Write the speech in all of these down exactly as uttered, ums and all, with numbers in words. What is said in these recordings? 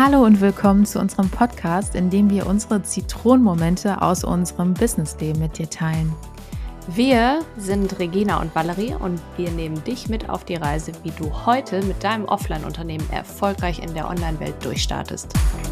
Hallo und willkommen zu unserem Podcast, in dem wir unsere Zitronenmomente aus unserem Businessleben mit dir teilen. Wir sind Regina und Valerie und wir nehmen dich mit auf die Reise, wie du heute mit deinem Offline-Unternehmen erfolgreich in der Online-Welt durchstartest.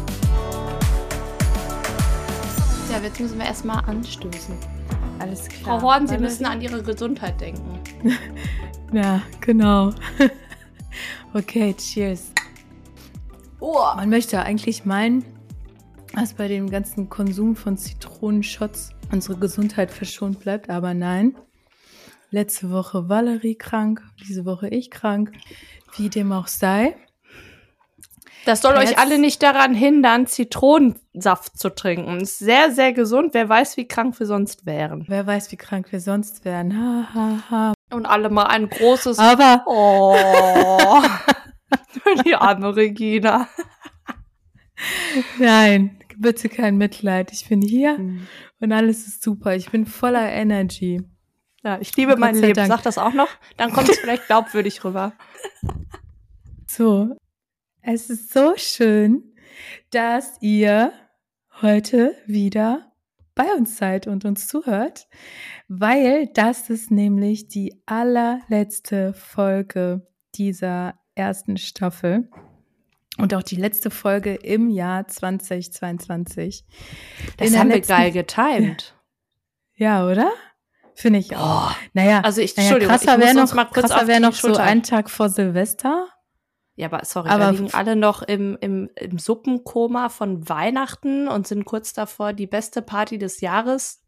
Ja, jetzt müssen wir erstmal anstoßen. Alles klar. Frau Horn, Sie Valerie? müssen an Ihre Gesundheit denken. Ja, genau. Okay, cheers. Oh. Man möchte eigentlich meinen, dass bei dem ganzen Konsum von Zitronenshots unsere Gesundheit verschont bleibt, aber nein. Letzte Woche Valerie krank, diese Woche ich krank, wie dem auch sei. Das soll Jetzt- euch alle nicht daran hindern, Zitronensaft zu trinken. Ist sehr, sehr gesund. Wer weiß, wie krank wir sonst wären. Wer weiß, wie krank wir sonst wären. Ha, ha, ha. Und alle mal ein großes Aber Oh. Die arme Regina. nein, bitte kein Mitleid. Ich bin hier Hm. und alles ist super. Ich bin voller Energy. Ja, ich liebe mein Gott sei Leben. Dank. Sag das auch noch. Dann kommt es vielleicht glaubwürdig rüber. So, es ist so schön, dass ihr heute wieder bei uns seid und uns zuhört, weil das ist nämlich die allerletzte Folge dieser ersten Staffel und auch die letzte Folge im Jahr zwanzig-zweiundzwanzig. Das In der haben wir letzten- geil getimed. Ja, oder? Finde ich auch. Naja, Also ich, naja Entschuldigung, ich krasser muss wäre uns noch, mal kurz krasser auf wär die noch so Schulter. ein Tag vor Silvester. Ja, aber sorry, Aber- da liegen alle noch im, im, im Suppenkoma von Weihnachten und sind kurz davor, die beste Party des Jahres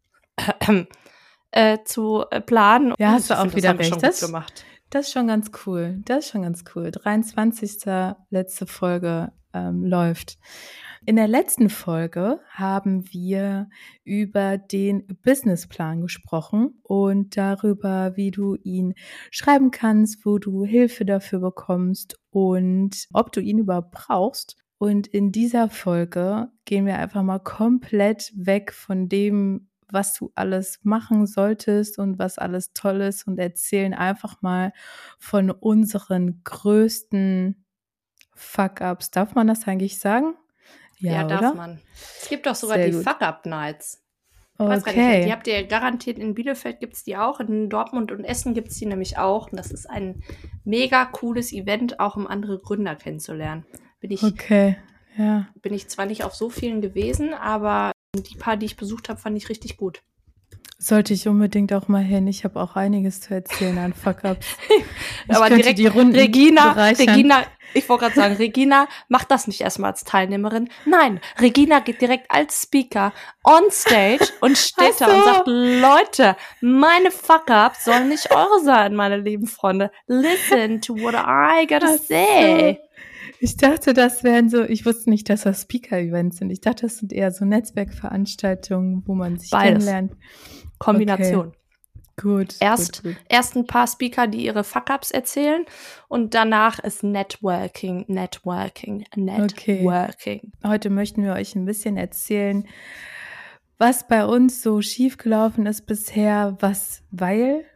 äh, zu äh, planen. Ja, Und hast du ich auch find, wieder das haben wir recht. schon Das- gut gemacht. Das ist schon ganz cool. Das ist schon ganz cool. dreiundzwanzigste letzte Folge ähm, läuft. In der letzten Folge haben wir über den Businessplan gesprochen und darüber, wie du ihn schreiben kannst, wo du Hilfe dafür bekommst und ob du ihn überhaupt brauchst. Und in dieser Folge gehen wir einfach mal komplett weg von dem, was du alles machen solltest und was alles toll ist und erzählen einfach mal von unseren größten Fuck-Ups. Darf man das eigentlich sagen? Ja, oder? darf man. Es gibt doch sogar Sehr die gut. Fuck-Up-Nights. Ich weiß gar nicht, die Okay. habt ihr garantiert in Bielefeld, gibt's die auch, in Dortmund und Essen gibt's die nämlich auch. Und das ist ein mega cooles Event, auch um andere Gründer kennenzulernen. Bin ich, Okay, ja. bin ich zwar nicht auf so vielen gewesen, aber die paar, die ich besucht habe, fand ich richtig gut. Sollte ich unbedingt auch mal hin. Ich habe auch einiges zu erzählen an Fuck-Ups. Ich aber könnte direkt die Runden Regina, bereichern. Regina, ich wollte gerade sagen, Regina macht das nicht erstmal als Teilnehmerin. Nein, Regina geht direkt als Speaker on stage und steht Ach da und so. sagt, Leute, meine Fuck-Ups sollen nicht eure sein, meine lieben Freunde. Listen to what I gotta Ach so. say. Ich dachte, das wären so, ich wusste nicht, dass das Speaker-Events sind. Ich dachte, das sind eher so Netzwerkveranstaltungen, wo man sich Beides. kennenlernt. Kombination. Gut. Erst, gut, gut. erst ein paar Speaker, die ihre Fuck-Ups erzählen und danach ist Networking, Networking, Networking. Heute möchten wir euch ein bisschen erzählen, was bei uns so schiefgelaufen ist bisher, was, weil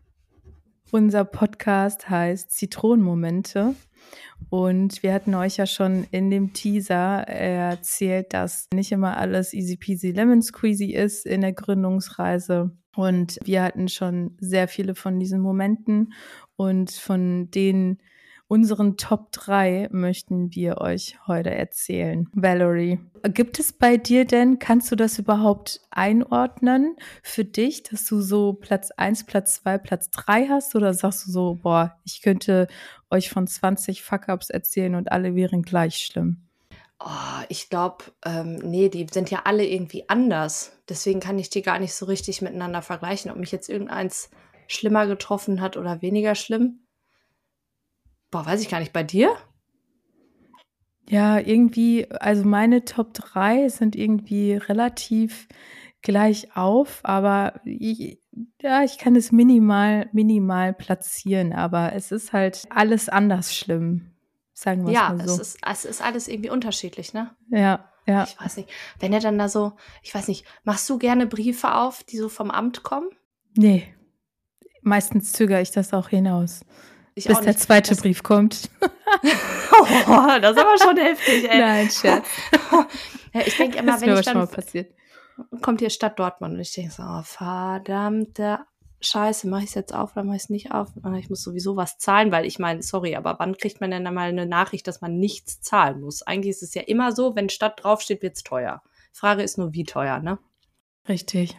unser Podcast heißt Zitronenmomente. Und wir hatten euch ja schon in dem Teaser erzählt, dass nicht immer alles easy peasy lemon squeezy ist in der Gründungsreise. Und wir hatten schon sehr viele von diesen Momenten und von den unseren Top drei möchten wir euch heute erzählen. Valerie, gibt es bei dir denn, kannst du das überhaupt einordnen für dich, dass du so Platz eins, Platz zwei, Platz drei hast? Oder sagst du so, boah, ich könnte euch von zwanzig Fuck-Ups erzählen und alle wären gleich schlimm? Oh, ich glaube, ähm, nee, die sind ja alle irgendwie anders. Deswegen kann ich die gar nicht so richtig miteinander vergleichen, ob mich jetzt irgendeins schlimmer getroffen hat oder weniger schlimm. Boah, weiß ich gar nicht. Bei dir? Ja, irgendwie, also meine Top drei sind irgendwie relativ gleich auf, aber ich, ja, ich kann es minimal, minimal platzieren, aber es ist halt alles anders schlimm, sagen wir Ja, es mal so. es ist, es ist alles irgendwie unterschiedlich, ne? Ja, ja. Ich weiß nicht. Wenn er dann da so, ich weiß nicht, machst du gerne Briefe auf, die so vom Amt kommen? Nee, meistens zögere ich das auch hinaus, Ich bis auch der nicht. zweite Das- Brief kommt. Oh, das ist aber schon heftig, ey. Nein, Scherz. Ja, ich denke immer, Das ist wenn mir ich aber schon mal dann, passiert. kommt hier Stadt Dortmund und ich denke so, oh, verdammte Scheiße, mache ich es jetzt auf oder mache ich es nicht auf? Ich muss sowieso was zahlen, weil ich meine, sorry, aber wann kriegt man denn mal eine Nachricht, dass man nichts zahlen muss? Eigentlich ist es ja immer so, wenn Stadt draufsteht, wird's teuer. Frage ist nur, wie teuer, ne? Richtig.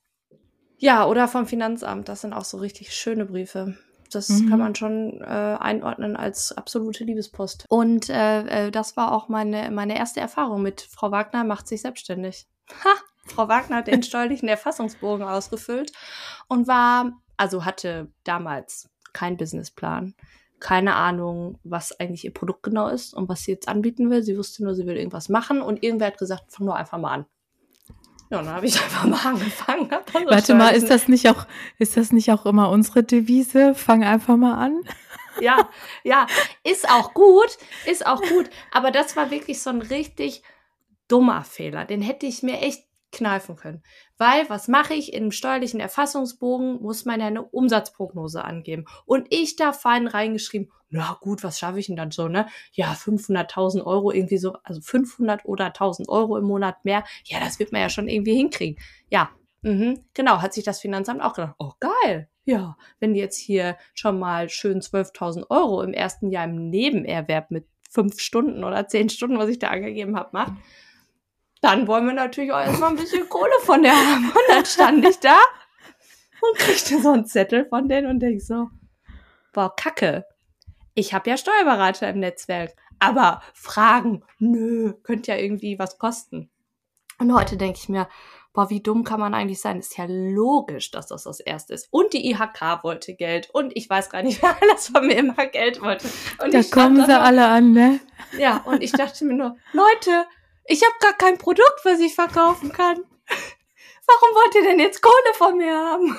Ja, oder vom Finanzamt, das sind auch so richtig schöne Briefe. Das Mhm. kann man schon äh, einordnen als absolute Liebespost. Und äh, äh, das war auch meine, meine erste Erfahrung mit Frau Wagner macht sich selbstständig. Ha! Frau Wagner hat den steuerlichen Erfassungsbogen ausgefüllt und war, also hatte damals keinen Businessplan, keine Ahnung, was eigentlich ihr Produkt genau ist und was sie jetzt anbieten will. Sie wusste nur, sie will irgendwas machen und irgendwer hat gesagt, fang nur einfach mal an. Ja, und dann habe ich einfach mal angefangen. hab dann so Warte mal, steuerlichen- ist das nicht auch, ist das nicht auch immer unsere Devise? Fang einfach mal an. Ja, ja, ist auch gut, ist auch gut. Aber das war wirklich so ein richtig dummer Fehler. Den hätte ich mir echt kneifen können. Weil, was mache ich? Im steuerlichen Erfassungsbogen muss man ja eine Umsatzprognose angeben. Und ich da fein reingeschrieben, na gut, was schaffe ich denn dann so, ne? Ja, fünfhunderttausend Euro irgendwie so, also fünfhundert oder tausend Euro im Monat mehr. Ja, das wird man ja schon irgendwie hinkriegen. Ja, mhm, genau, hat sich das Finanzamt auch gedacht, oh geil. Ja, wenn die jetzt hier schon mal schön zwölftausend Euro im ersten Jahr im Nebenerwerb mit fünf Stunden oder zehn Stunden, was ich da angegeben habe, macht, dann wollen wir natürlich auch erstmal ein bisschen Kohle von der haben. Und dann stand ich da und kriegte so einen Zettel von denen und denk so, boah, Kacke. Ich habe ja Steuerberater im Netzwerk, aber Fragen, nö, könnte ja irgendwie was kosten. Und heute denke ich mir, boah, wie dumm kann man eigentlich sein? Ist ja logisch, dass das das Erste ist. Und die I H K wollte Geld und ich weiß gar nicht, wer alles von mir immer Geld wollte. Und Da ich stand kommen da sie nur- alle an, ne? Ja, und ich dachte mir nur, Leute, ich habe gar kein Produkt, was ich verkaufen kann. Warum wollt ihr denn jetzt Kohle von mir haben?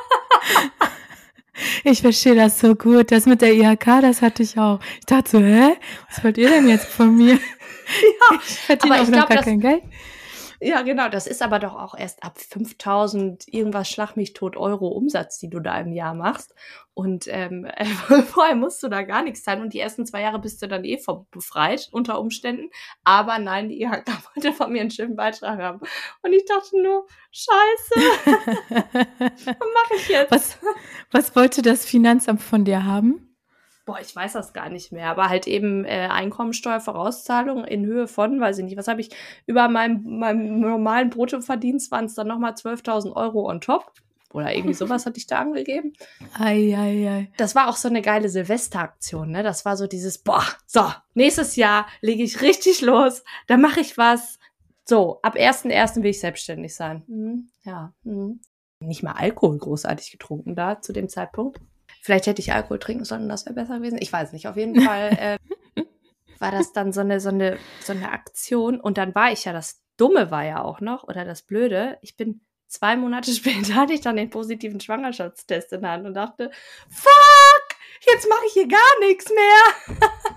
Ich verstehe das so gut. Das mit der I H K, das hatte ich auch. Ich dachte so, hä? Was wollt ihr denn jetzt von mir? Ja, Ich verdiene aber auch ich noch glaub, gar das- kein Geld. ja, genau. Das ist aber doch auch erst ab fünftausend irgendwas schlag mich tot Euro Umsatz, die du da im Jahr machst. Und ähm, vorher musst du da gar nichts zahlen. Und die ersten zwei Jahre bist du dann eh vom- befreit unter Umständen. Aber nein, die I H K wollte von mir einen schönen Beitrag haben. Und ich dachte nur, scheiße, was mache ich jetzt? Was, was wollte das Finanzamt von dir haben? Boah, ich weiß das gar nicht mehr, aber halt eben äh, Einkommensteuervorauszahlung in Höhe von, weiß ich nicht, was habe ich, über meinem, meinem normalen Bruttoverdienst waren es dann nochmal zwölftausend Euro on top. Oder irgendwie sowas hatte ich da angegeben. Ei, ei, ei. Das war auch so eine geile Silvesteraktion, ne? Das war so dieses, boah, so, nächstes Jahr lege ich richtig los, da mache ich was. So, ab ersten ersten will ich selbstständig sein. Mhm, ja, mhm. Nicht mal Alkohol großartig getrunken da zu dem Zeitpunkt. Vielleicht hätte ich Alkohol trinken sollen, das wäre besser gewesen. Ich weiß nicht. Auf jeden Fall äh, war das dann so eine, so eine, so eine Aktion. Und dann war ich ja, das Dumme war ja auch noch, oder das Blöde, ich bin zwei Monate später, hatte ich dann den positiven Schwangerschaftstest in der Hand und dachte, fuck, jetzt mache ich hier gar nichts mehr.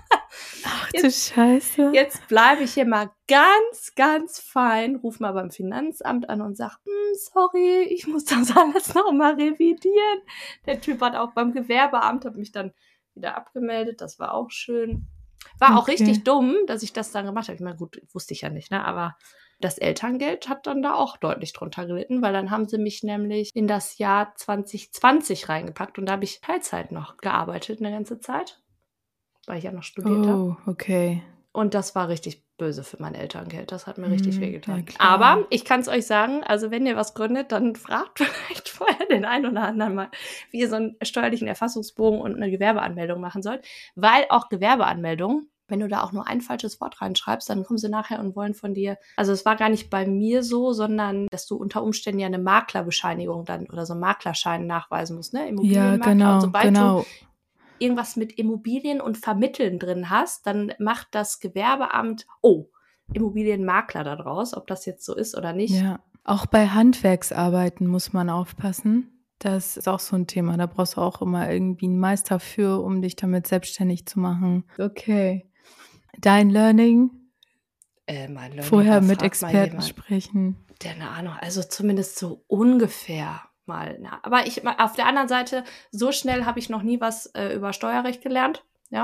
Ach du Scheiße. Jetzt bleibe ich hier mal ganz, ganz fein, ruf mal beim Finanzamt an und sag, hm, sorry, ich muss das alles noch mal revidieren. Der Typ hat auch beim Gewerbeamt, hat mich dann wieder abgemeldet, das war auch schön. War auch Okay. richtig dumm, dass ich das dann gemacht habe. Ich meine, gut, wusste ich ja nicht, ne? Aber das Elterngeld hat dann da auch deutlich drunter gelitten, weil dann haben sie mich nämlich in das Jahr zwanzig zwanzig reingepackt und da habe ich Teilzeit noch gearbeitet eine ganze Zeit, weil ich ja noch studiert habe. Oh, okay. Und das war richtig böse für mein Elterngeld. Das hat mir richtig Mhm, wehgetan. ja, klar. Aber ich kann es euch sagen, also wenn ihr was gründet, dann fragt vielleicht vorher den einen oder anderen mal, wie ihr so einen steuerlichen Erfassungsbogen und eine Gewerbeanmeldung machen sollt. Weil auch Gewerbeanmeldungen, wenn du da auch nur ein falsches Wort reinschreibst, dann kommen sie nachher und wollen von dir, also es war gar nicht bei mir so, sondern dass du unter Umständen ja eine Maklerbescheinigung dann oder so einen Maklerschein nachweisen musst, ne? Ja, Immobilienmakler. genau, Und sobald genau. du irgendwas mit Immobilien und Vermitteln drin hast, dann macht das Gewerbeamt, oh, Immobilienmakler da draus, ob das jetzt so ist oder nicht. Ja, auch bei Handwerksarbeiten muss man aufpassen. Das ist auch so ein Thema. Da brauchst du auch immer irgendwie einen Meister für, um dich damit selbstständig zu machen. Okay. Dein Learning? Äh, mein Learning Vorher war, mit frag mal Experten jemand, sprechen. der eine Ahnung, also zumindest so ungefähr mal. Na, aber ich auf der anderen Seite, so schnell habe ich noch nie was äh, über Steuerrecht gelernt. Ja,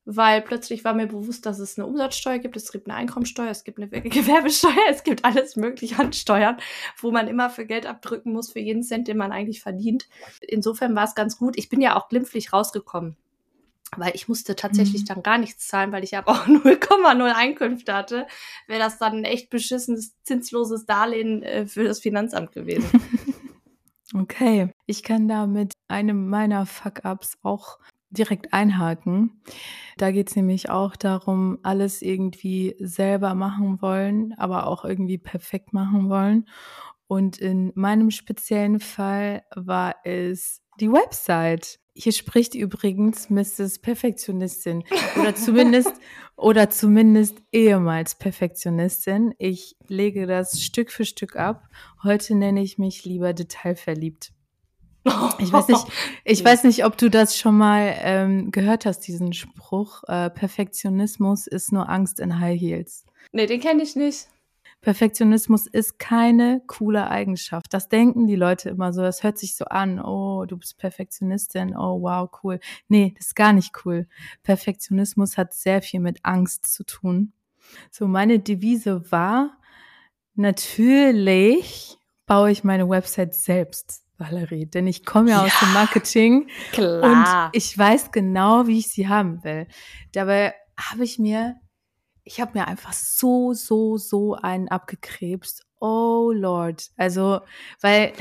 weil plötzlich war mir bewusst, dass es eine Umsatzsteuer gibt, es gibt eine Einkommensteuer, es gibt eine Gewerbesteuer, es gibt alles mögliche an Steuern, wo man immer für Geld abdrücken muss, für jeden Cent, den man eigentlich verdient. Insofern war es ganz gut. Ich bin ja auch glimpflich rausgekommen, weil ich musste tatsächlich Mhm. dann gar nichts zahlen, weil ich ja auch null Komma null Einkünfte hatte. Wäre das dann ein echt beschissenes, zinsloses Darlehen äh, für das Finanzamt gewesen. Okay, ich kann da mit einem meiner Fuck-Ups auch direkt einhaken. Da geht es nämlich auch darum, alles irgendwie selber machen wollen, aber auch irgendwie perfekt machen wollen. Und in meinem speziellen Fall war es die Website. Hier spricht übrigens Misses Perfektionistin oder zumindest oder zumindest ehemals Perfektionistin. Ich lege das Stück für Stück ab. Heute nenne ich mich lieber detailverliebt. Ich weiß nicht, ich weiß nicht, ob du das schon mal ähm, gehört hast, diesen Spruch. Äh, Perfektionismus ist nur Angst in High Heels. Nee, den kenne ich nicht. Perfektionismus ist keine coole Eigenschaft. Das denken die Leute immer so. Das hört sich so an. Oh, du bist Perfektionistin. Oh, wow, cool. Nee, das ist gar nicht cool. Perfektionismus hat sehr viel mit Angst zu tun. So, meine Devise war, natürlich baue ich meine Website selbst, Valerie. Denn ich komme ja, ja aus dem Marketing. Klar. Und ich weiß genau, wie ich sie haben will. Dabei habe ich mir Ich habe mir einfach so, so, so einen abgekrebst. Oh Lord. Also, weil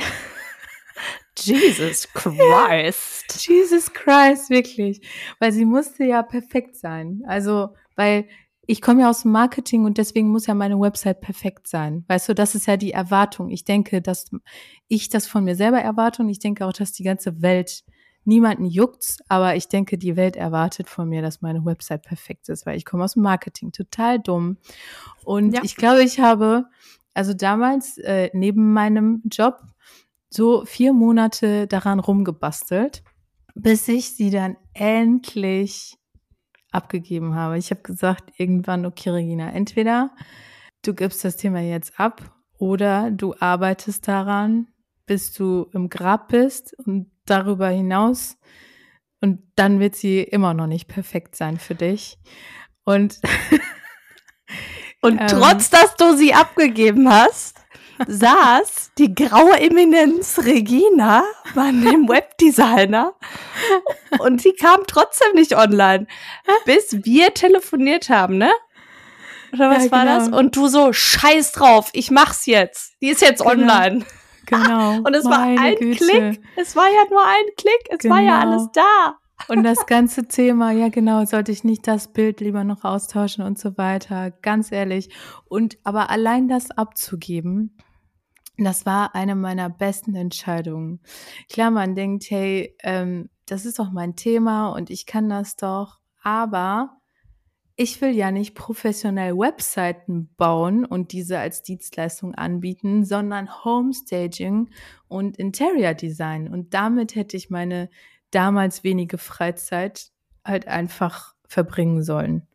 Jesus Christ. Ja, Jesus Christ, wirklich. Weil sie musste ja perfekt sein. Also, weil ich komme ja aus dem Marketing und deswegen muss ja meine Website perfekt sein. Weißt du, das ist ja die Erwartung. Ich denke, dass ich das von mir selber erwarte und ich denke auch, dass die ganze Welt niemanden juckt's, aber ich denke, die Welt erwartet von mir, dass meine Website perfekt ist, weil ich komme aus dem Marketing, total dumm. Und ja. ich glaube, ich habe also damals äh, neben meinem Job so vier Monate daran rumgebastelt, bis ich sie dann endlich abgegeben habe. Ich habe gesagt, irgendwann, okay, Regina, entweder du gibst das Thema jetzt ab oder du arbeitest daran, bis du im Grab bist und darüber hinaus und dann wird sie immer noch nicht perfekt sein für dich. Und, und ähm, trotz, dass du sie abgegeben hast, saß die graue Eminenz Regina bei dem Webdesigner und sie kam trotzdem nicht online, bis wir telefoniert haben, ne? Oder was ja, war genau. das? Und du so, scheiß drauf, ich mach's jetzt. Die ist jetzt genau. online. Genau. Und es war ein Güte. Klick. Es war ja nur ein Klick. Es genau. war ja alles da. Und das ganze Thema, ja genau, sollte ich nicht das Bild lieber noch austauschen und so weiter. Ganz ehrlich. Und aber allein das abzugeben, das war eine meiner besten Entscheidungen. Klar, man denkt, hey, ähm, das ist doch mein Thema und ich kann das doch. Aber ich will ja nicht professionell Webseiten bauen und diese als Dienstleistung anbieten, sondern Homestaging und Interior Design. Und damit hätte ich meine damals wenige Freizeit halt einfach verbringen sollen.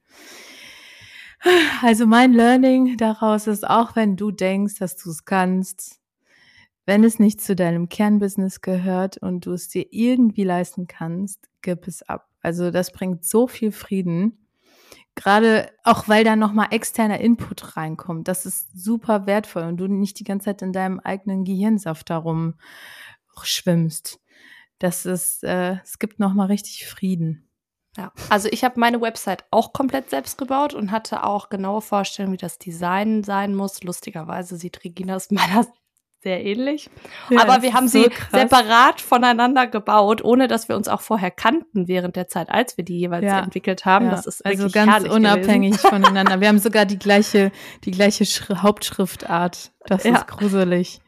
Also mein Learning daraus ist, auch wenn du denkst, dass du es kannst, wenn es nicht zu deinem Kernbusiness gehört und du es dir irgendwie leisten kannst, gib es ab. Also das bringt so viel Frieden. Gerade auch, weil da nochmal externer Input reinkommt. Das ist super wertvoll und du nicht die ganze Zeit in deinem eigenen Gehirnsaft darum schwimmst. Das ist, äh, es gibt nochmal richtig Frieden. Ja, also ich habe meine Website auch komplett selbst gebaut und hatte auch genaue Vorstellungen, wie das Design sein muss. Lustigerweise sieht Reginas meiner sehr ähnlich. Ja, aber wir haben so sie krass. separat voneinander gebaut, ohne dass wir uns auch vorher kannten während der Zeit, als wir die jeweils ja, entwickelt haben. Ja. Das ist also ganz unabhängig gewesen. voneinander. Wir haben sogar die gleiche, die gleiche Schri- Hauptschriftart. Das ja. ist gruselig.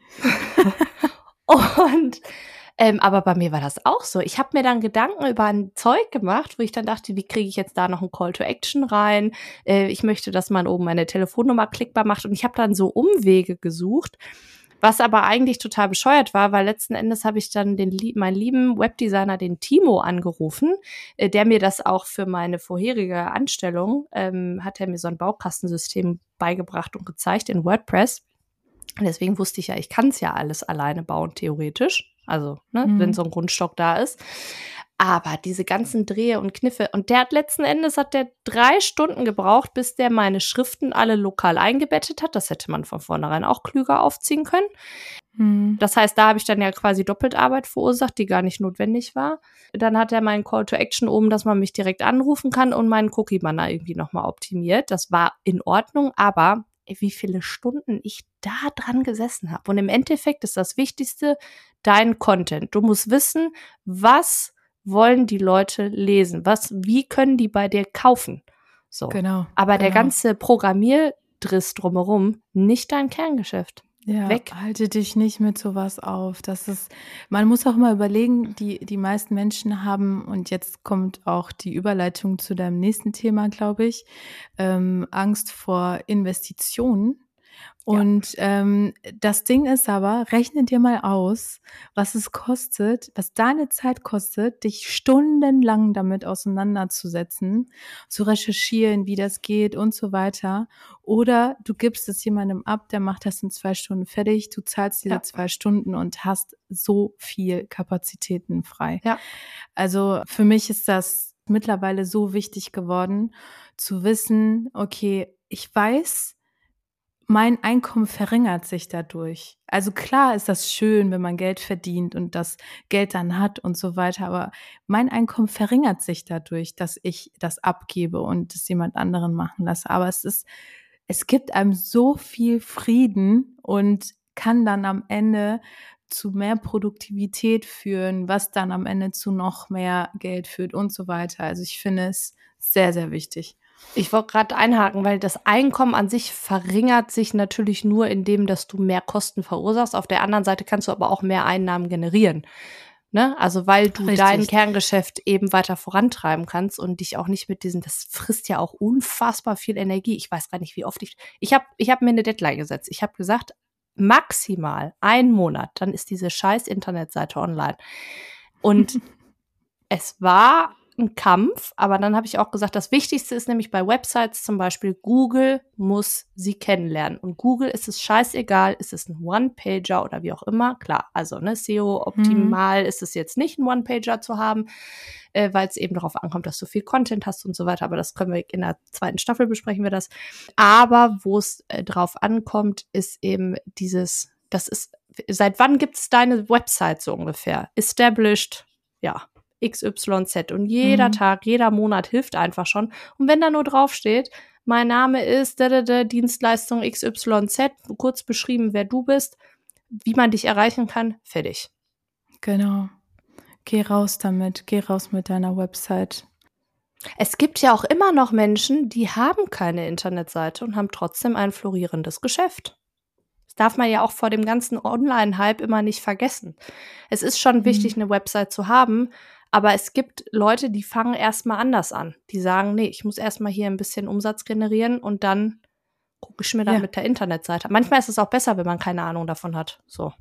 Und ähm, aber bei mir war das auch so. Ich habe mir dann Gedanken über ein Zeug gemacht, wo ich dann dachte, wie kriege ich jetzt da noch ein Call to Action rein? Äh, ich möchte, dass man oben meine Telefonnummer klickbar macht. Und ich habe dann so Umwege gesucht, was aber eigentlich total bescheuert war, weil letzten Endes habe ich dann den meinen lieben Webdesigner, den Timo, angerufen, äh, der mir das auch für meine vorherige Anstellung, ähm, hat er mir so ein Baukastensystem beigebracht und gezeigt in WordPress. Und deswegen wusste ich ja, ich kann es ja alles alleine bauen, theoretisch. Also, ne, mhm. wenn so ein Grundstock da ist. Aber diese ganzen Drehe und Kniffe, und der hat letzten Endes, hat der drei Stunden gebraucht, bis der meine Schriften alle lokal eingebettet hat. Das hätte man von vornherein auch klüger aufziehen können. Hm. Das heißt, da habe ich dann ja quasi doppelt Arbeit verursacht, die gar nicht notwendig war. Dann hat er meinen Call to Action oben, dass man mich direkt anrufen kann und meinen Cookie-Banner irgendwie nochmal optimiert. Das war in Ordnung, aber wie viele Stunden ich da dran gesessen habe. Und im Endeffekt ist das Wichtigste dein Content. Du musst wissen, was wollen die Leute lesen? Was, wie können die bei dir kaufen? So. Genau. Aber genau. der ganze Programmierdriss drumherum, nicht dein Kerngeschäft. Ja, Weg. halte dich nicht mit sowas auf. Das ist, man muss auch mal überlegen, die, die meisten Menschen haben, und jetzt kommt auch die Überleitung zu deinem nächsten Thema, glaube ich, ähm, Angst vor Investitionen. Und ja. ähm, das Ding ist aber, rechne dir mal aus, was es kostet, was deine Zeit kostet, dich stundenlang damit auseinanderzusetzen, zu recherchieren, wie das geht und so weiter. Oder du gibst es jemandem ab, der macht das in zwei Stunden fertig, du zahlst diese ja. zwei Stunden und hast so viel Kapazitäten frei. Ja. Also für mich ist das mittlerweile so wichtig geworden, zu wissen, okay, ich weiß, mein Einkommen verringert sich dadurch. Also klar ist das schön, wenn man Geld verdient und das Geld dann hat und so weiter, aber mein Einkommen verringert sich dadurch, dass ich das abgebe und es jemand anderen machen lasse. Aber es ist, es gibt einem so viel Frieden und kann dann am Ende zu mehr Produktivität führen, was dann am Ende zu noch mehr Geld führt und so weiter. Also ich finde es sehr, sehr wichtig. Ich wollte gerade einhaken, weil das Einkommen an sich verringert sich natürlich nur, indem dass du mehr Kosten verursachst. Auf der anderen Seite kannst du aber auch mehr Einnahmen generieren. Ne? Also weil du Richtig. dein Kerngeschäft eben weiter vorantreiben kannst und dich auch nicht mit diesen, das frisst ja auch unfassbar viel Energie. Ich weiß gar nicht, wie oft ich, ich habe ich hab mir eine Deadline gesetzt. Ich habe gesagt, maximal ein Monat, dann ist diese scheiß Internetseite online. Und es war ein Kampf, aber dann habe ich auch gesagt, das Wichtigste ist nämlich bei Websites zum Beispiel, Google muss sie kennenlernen. Und Google ist es scheißegal, ist es ein One-Pager oder wie auch immer. Klar, also ne, S E O-optimal mhm. ist es jetzt nicht, ein One-Pager zu haben, äh, weil es eben darauf ankommt, dass du viel Content hast und so weiter. Aber das können wir in der zweiten Staffel besprechen wir das. Aber wo es äh, drauf ankommt, ist eben dieses, das ist, seit wann gibt es deine Website so ungefähr? Established, ja, X Y Z und jeder mhm. Tag, jeder Monat hilft einfach schon. Und wenn da nur draufsteht, mein Name ist da, da, da, Dienstleistung X Y Z, kurz beschrieben, wer du bist, wie man dich erreichen kann, fertig. Genau. Geh raus damit, geh raus mit deiner Website. Es gibt ja auch immer noch Menschen, die haben keine Internetseite und haben trotzdem ein florierendes Geschäft. Das darf man ja auch vor dem ganzen Online-Hype immer nicht vergessen. Es ist schon mhm. wichtig, eine Website zu haben, aber es gibt Leute, die fangen erstmal anders an. Die sagen, nee, ich muss erstmal hier ein bisschen Umsatz generieren und dann gucke ich mir dann ja. mit der Internetseite. Manchmal ist es auch besser, wenn man keine Ahnung davon hat. So.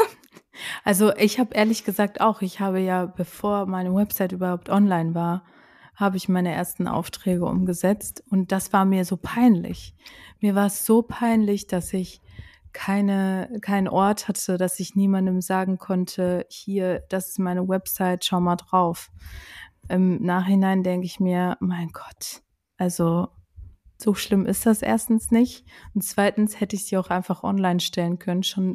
Also ich habe ehrlich gesagt auch, ich habe ja, bevor meine Website überhaupt online war, habe ich meine ersten Aufträge umgesetzt und das war mir so peinlich. Mir war es so peinlich, dass ich keine keinen Ort hatte, dass ich niemandem sagen konnte, hier, das ist meine Website, schau mal drauf. Im Nachhinein denke ich mir, mein Gott, also so schlimm ist das erstens nicht. Und zweitens hätte ich sie auch einfach online stellen können, schon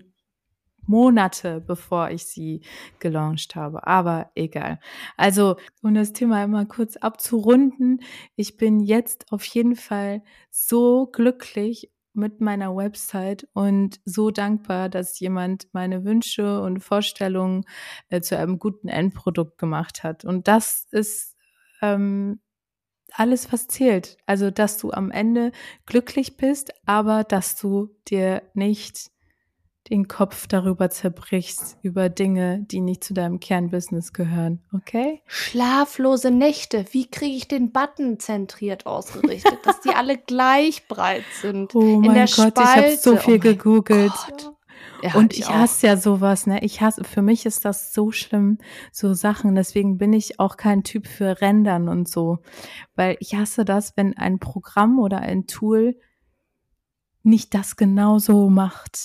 Monate bevor ich sie gelauncht habe. Aber egal. Also, um das Thema einmal kurz abzurunden, ich bin jetzt auf jeden Fall so glücklich mit meiner Website und so dankbar, dass jemand meine Wünsche und Vorstellungen äh, zu einem guten Endprodukt gemacht hat. Und das ist ähm, alles, was zählt. Also, dass du am Ende glücklich bist, aber dass du dir nicht den Kopf darüber zerbrichst, über Dinge, die nicht zu deinem Kernbusiness gehören, okay? Schlaflose Nächte, wie kriege ich den Button zentriert ausgerichtet, dass die alle gleich breit sind? Oh mein in der Gott, Spalte. ich habe so viel oh gegoogelt. Ja, und ich ich auch. hasse ja sowas, ne? Ich hasse, für mich ist das so schlimm, so Sachen. Deswegen bin ich auch kein Typ für Rendern und so. Weil ich hasse das, wenn ein Programm oder ein Tool nicht das genauso macht,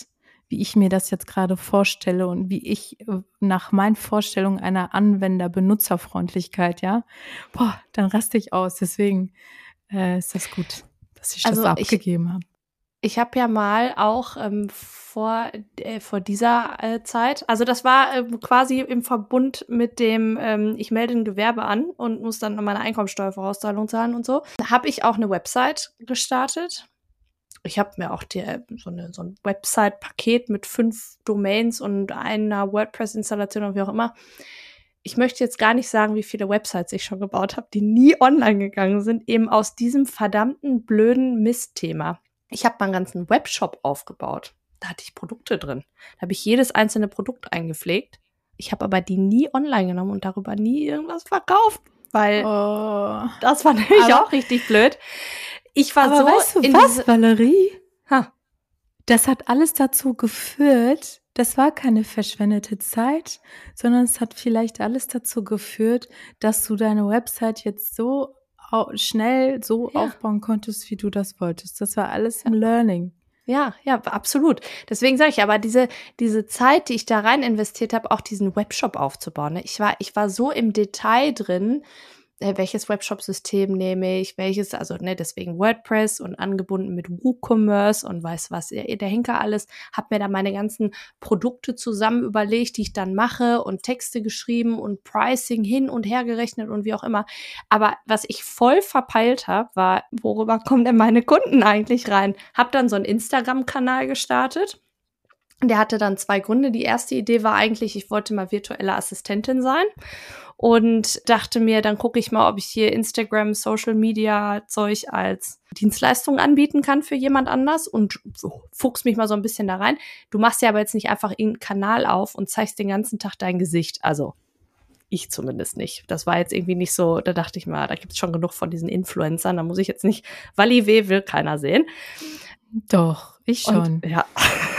wie ich mir das jetzt gerade vorstelle und wie ich äh, nach meinen Vorstellungen einer Anwender-Benutzerfreundlichkeit, ja, boah, dann raste ich aus. Deswegen äh, ist das gut, dass ich Also das so ich- abgegeben habe. Ich habe ja mal auch ähm, vor, äh, vor dieser äh, Zeit, also das war ähm, quasi im Verbund mit dem, ähm, ich melde ein Gewerbe an und muss dann meine Einkommensteuervorauszahlung zahlen und so, da habe ich auch eine Website gestartet. Ich habe mir auch die, so, eine, so ein Website-Paket mit fünf Domains und einer WordPress-Installation und wie auch immer. Ich möchte jetzt gar nicht sagen, wie viele Websites ich schon gebaut habe, die nie online gegangen sind, eben aus diesem verdammten blöden Mistthema. Ich habe meinen ganzen Webshop aufgebaut. Da hatte ich Produkte drin. Da habe ich jedes einzelne Produkt eingepflegt. Ich habe aber die nie online genommen und darüber nie irgendwas verkauft, weil Oh. das war nämlich Aber- auch richtig blöd. Ich war Aber so weißt du in was, diese- Valerie? Ha. Das hat alles dazu geführt, das war keine verschwendete Zeit, sondern es hat vielleicht alles dazu geführt, dass du deine Website jetzt so au- schnell so Ja. aufbauen konntest, wie du das wolltest. Das war alles im Learning. Ja, ja, absolut. Deswegen sage ich aber, diese, diese Zeit, die ich da rein investiert habe, auch diesen Webshop aufzubauen, ne? Ich war, ich war so im Detail drin, äh, welches Webshop-System nehme ich, welches, also ne, deswegen WordPress und angebunden mit WooCommerce und weiß was, äh, der Henker alles, habe mir da meine ganzen Produkte zusammen überlegt, die ich dann mache und Texte geschrieben und Pricing hin und her gerechnet und wie auch immer. Aber was ich voll verpeilt habe, war, worüber kommen denn meine Kunden eigentlich rein? Hab dann so einen Instagram-Kanal gestartet. Der hatte dann zwei Gründe. Die erste Idee war eigentlich, ich wollte mal virtuelle Assistentin sein und dachte mir, dann gucke ich mal, ob ich hier Instagram, Social Media Zeug als Dienstleistung anbieten kann für jemand anders und fuchs mich mal so ein bisschen da rein. Du machst ja aber jetzt nicht einfach irgendeinen Kanal auf und zeigst den ganzen Tag dein Gesicht. Also ich zumindest nicht. Das war jetzt irgendwie nicht so, da dachte ich mal, da gibt es schon genug von diesen Influencern, da muss ich jetzt nicht, Wally W. will keiner sehen. Doch, ich schon. Und, ja.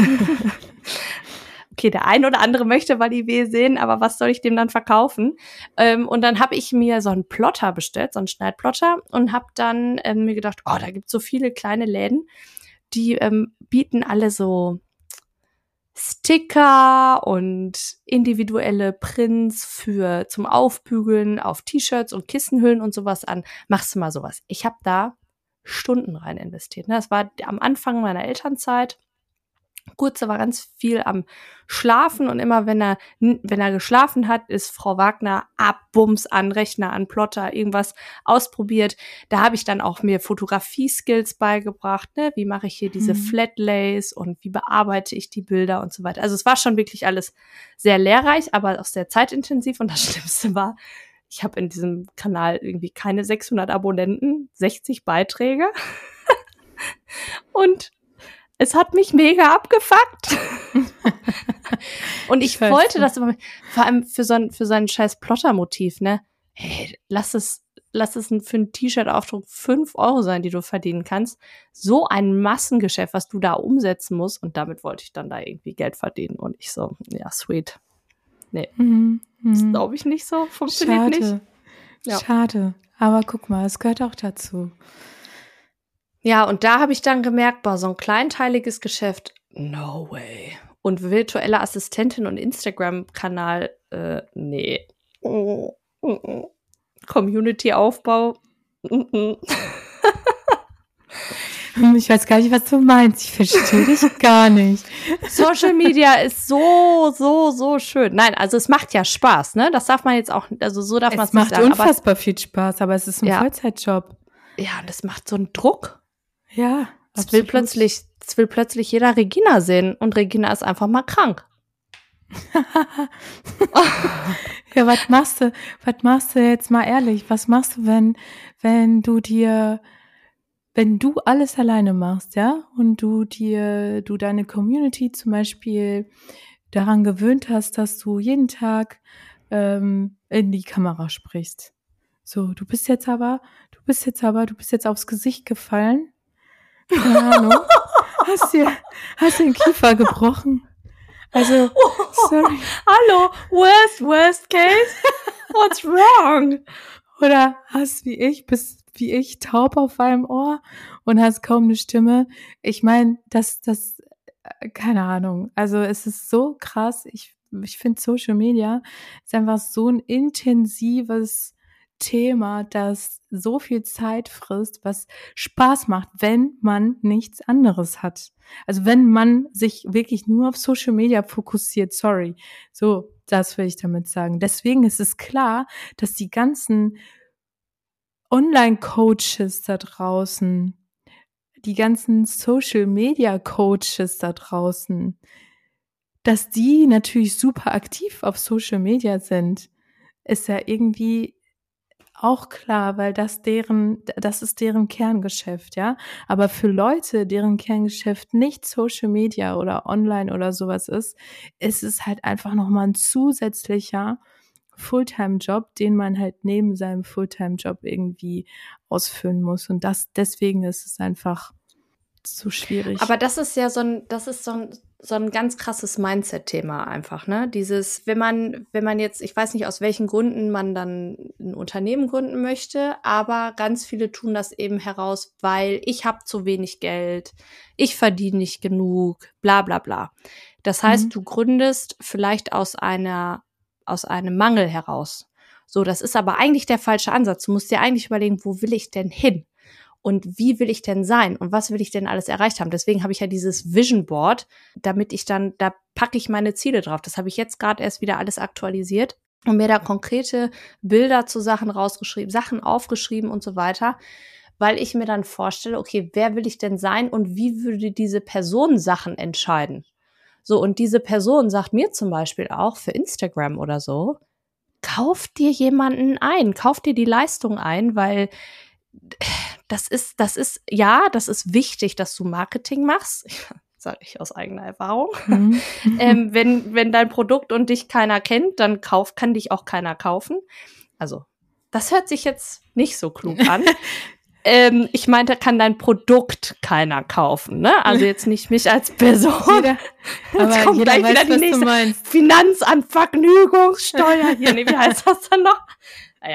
Okay, der ein oder andere möchte Wally W. sehen, aber was soll ich dem dann verkaufen? Ähm, und dann habe ich mir so einen Plotter bestellt, so einen Schneidplotter und habe dann ähm, mir gedacht, oh, da gibt es so viele kleine Läden, die ähm, bieten alle so Sticker und individuelle Prints für zum Aufbügeln auf T-Shirts und Kissenhüllen und sowas an. Machst du mal sowas? Ich habe da Stunden rein investiert. Das war am Anfang meiner Elternzeit. Kurze war ganz viel am Schlafen und immer wenn er wenn er geschlafen hat, ist Frau Wagner ab, Bums an Rechner, an Plotter, irgendwas ausprobiert. Da habe ich dann auch mir Fotografie-Skills beigebracht, ne? Wie mache ich hier diese Mhm. Flatlays und wie bearbeite ich die Bilder und so weiter. Also es war schon wirklich alles sehr lehrreich, aber auch sehr zeitintensiv und das Schlimmste war, ich habe in diesem Kanal irgendwie keine sechshundert Abonnenten, sechzig Beiträge und es hat mich mega abgefuckt. Und ich Scheiße. wollte das aber, vor allem für so ein, für so ein scheiß Plotter-Motiv, ne? Hey, lass es, lass es für einen T-Shirt-Aufdruck fünf Euro sein, die du verdienen kannst. So ein Massengeschäft, was du da umsetzen musst. Und damit wollte ich dann da irgendwie Geld verdienen. Und ich so, ja, sweet. Nee, Mhm. das Mhm. glaube ich nicht so. Funktioniert Schade. nicht. Ja. Schade. Aber guck mal, es gehört auch dazu. Ja, und da habe ich dann gemerkt, boah, so ein kleinteiliges Geschäft, no way. Und virtuelle Assistentin und Instagram-Kanal, äh, nee. Mm, mm, mm. Community-Aufbau, mm, mm. Ich weiß gar nicht, was du meinst. Ich verstehe dich gar nicht. Social Media ist so, so, so schön. Nein, also es macht ja Spaß, ne? Das darf man jetzt auch, also so darf man Es es nicht macht sagen. Aber unfassbar viel Spaß, aber es ist ein Ja. Vollzeitjob. ja, und das macht so einen Druck. Ja, Es will absolut. plötzlich, es will plötzlich jeder Regina sehen und Regina ist einfach mal krank. Ja, was machst du? Was machst du jetzt mal ehrlich? Was machst du, wenn, wenn du dir, wenn du alles alleine machst, ja? Und du dir, du deine Community zum Beispiel daran gewöhnt hast, dass du jeden Tag ähm, in die Kamera sprichst. So, du bist jetzt aber, du bist jetzt aber, du bist jetzt aufs Gesicht gefallen. Keine Ahnung. Hast dir, hast dir den Kiefer gebrochen. Also, sorry. Hallo, worst, worst case? What's wrong? Oder hast wie ich, bist wie ich taub auf einem Ohr und hast kaum eine Stimme. Ich meine, das, das, keine Ahnung. Also es ist so krass. Ich, ich finde Social Media ist einfach so ein intensives Thema, das so viel Zeit frisst, was Spaß macht, wenn man nichts anderes hat. Also wenn man sich wirklich nur auf Social Media fokussiert, sorry. So, das will ich damit sagen. Deswegen ist es klar, dass die ganzen Online-Coaches da draußen, die ganzen Social-Media-Coaches da draußen, dass die natürlich super aktiv auf Social Media sind, ist ja irgendwie auch klar, weil das deren, das ist deren Kerngeschäft, ja. Aber für Leute, deren Kerngeschäft nicht Social Media oder online oder sowas ist, ist es halt einfach nochmal ein zusätzlicher Fulltime-Job, den man halt neben seinem Fulltime-Job irgendwie ausfüllen muss. Und das, deswegen ist es einfach so schwierig. Aber das ist ja so ein, das ist so ein, so ein ganz krasses Mindset-Thema einfach, ne? Dieses, wenn man, wenn man jetzt, ich weiß nicht, aus welchen Gründen man dann ein Unternehmen gründen möchte, aber ganz viele tun das eben heraus, weil ich habe zu wenig Geld, ich verdiene nicht genug, bla bla bla. Das heißt, Mhm. du gründest vielleicht aus einer, aus einem Mangel heraus. So, das ist aber eigentlich der falsche Ansatz. Du musst dir eigentlich überlegen, wo will ich denn hin? Und wie will ich denn sein? Und was will ich denn alles erreicht haben? Deswegen habe ich ja dieses Vision Board, damit ich dann, da packe ich meine Ziele drauf. Das habe ich jetzt gerade erst wieder alles aktualisiert und mir da konkrete Bilder zu Sachen rausgeschrieben, Sachen aufgeschrieben und so weiter, weil ich mir dann vorstelle, okay, wer will ich denn sein und wie würde diese Person Sachen entscheiden? So, und diese Person sagt mir zum Beispiel auch für Instagram oder so, kauf dir jemanden ein, kauf dir die Leistung ein, weil das ist, das ist, ja, das ist wichtig, dass du Marketing machst. Sage ich aus eigener Erfahrung. Mhm. ähm, wenn, wenn dein Produkt und dich keiner kennt, dann kauf, kann dich auch keiner kaufen. Also, das hört sich jetzt nicht so klug an. ähm, ich meinte, kann dein Produkt keiner kaufen, ne? Also jetzt nicht mich als Person. Jeder, aber jetzt kommt jeder gleich weiß, wieder die was nächste du meinst. Finanzamt, Vergnügungssteuer. Hier, nee, wie heißt das dann noch? Naja.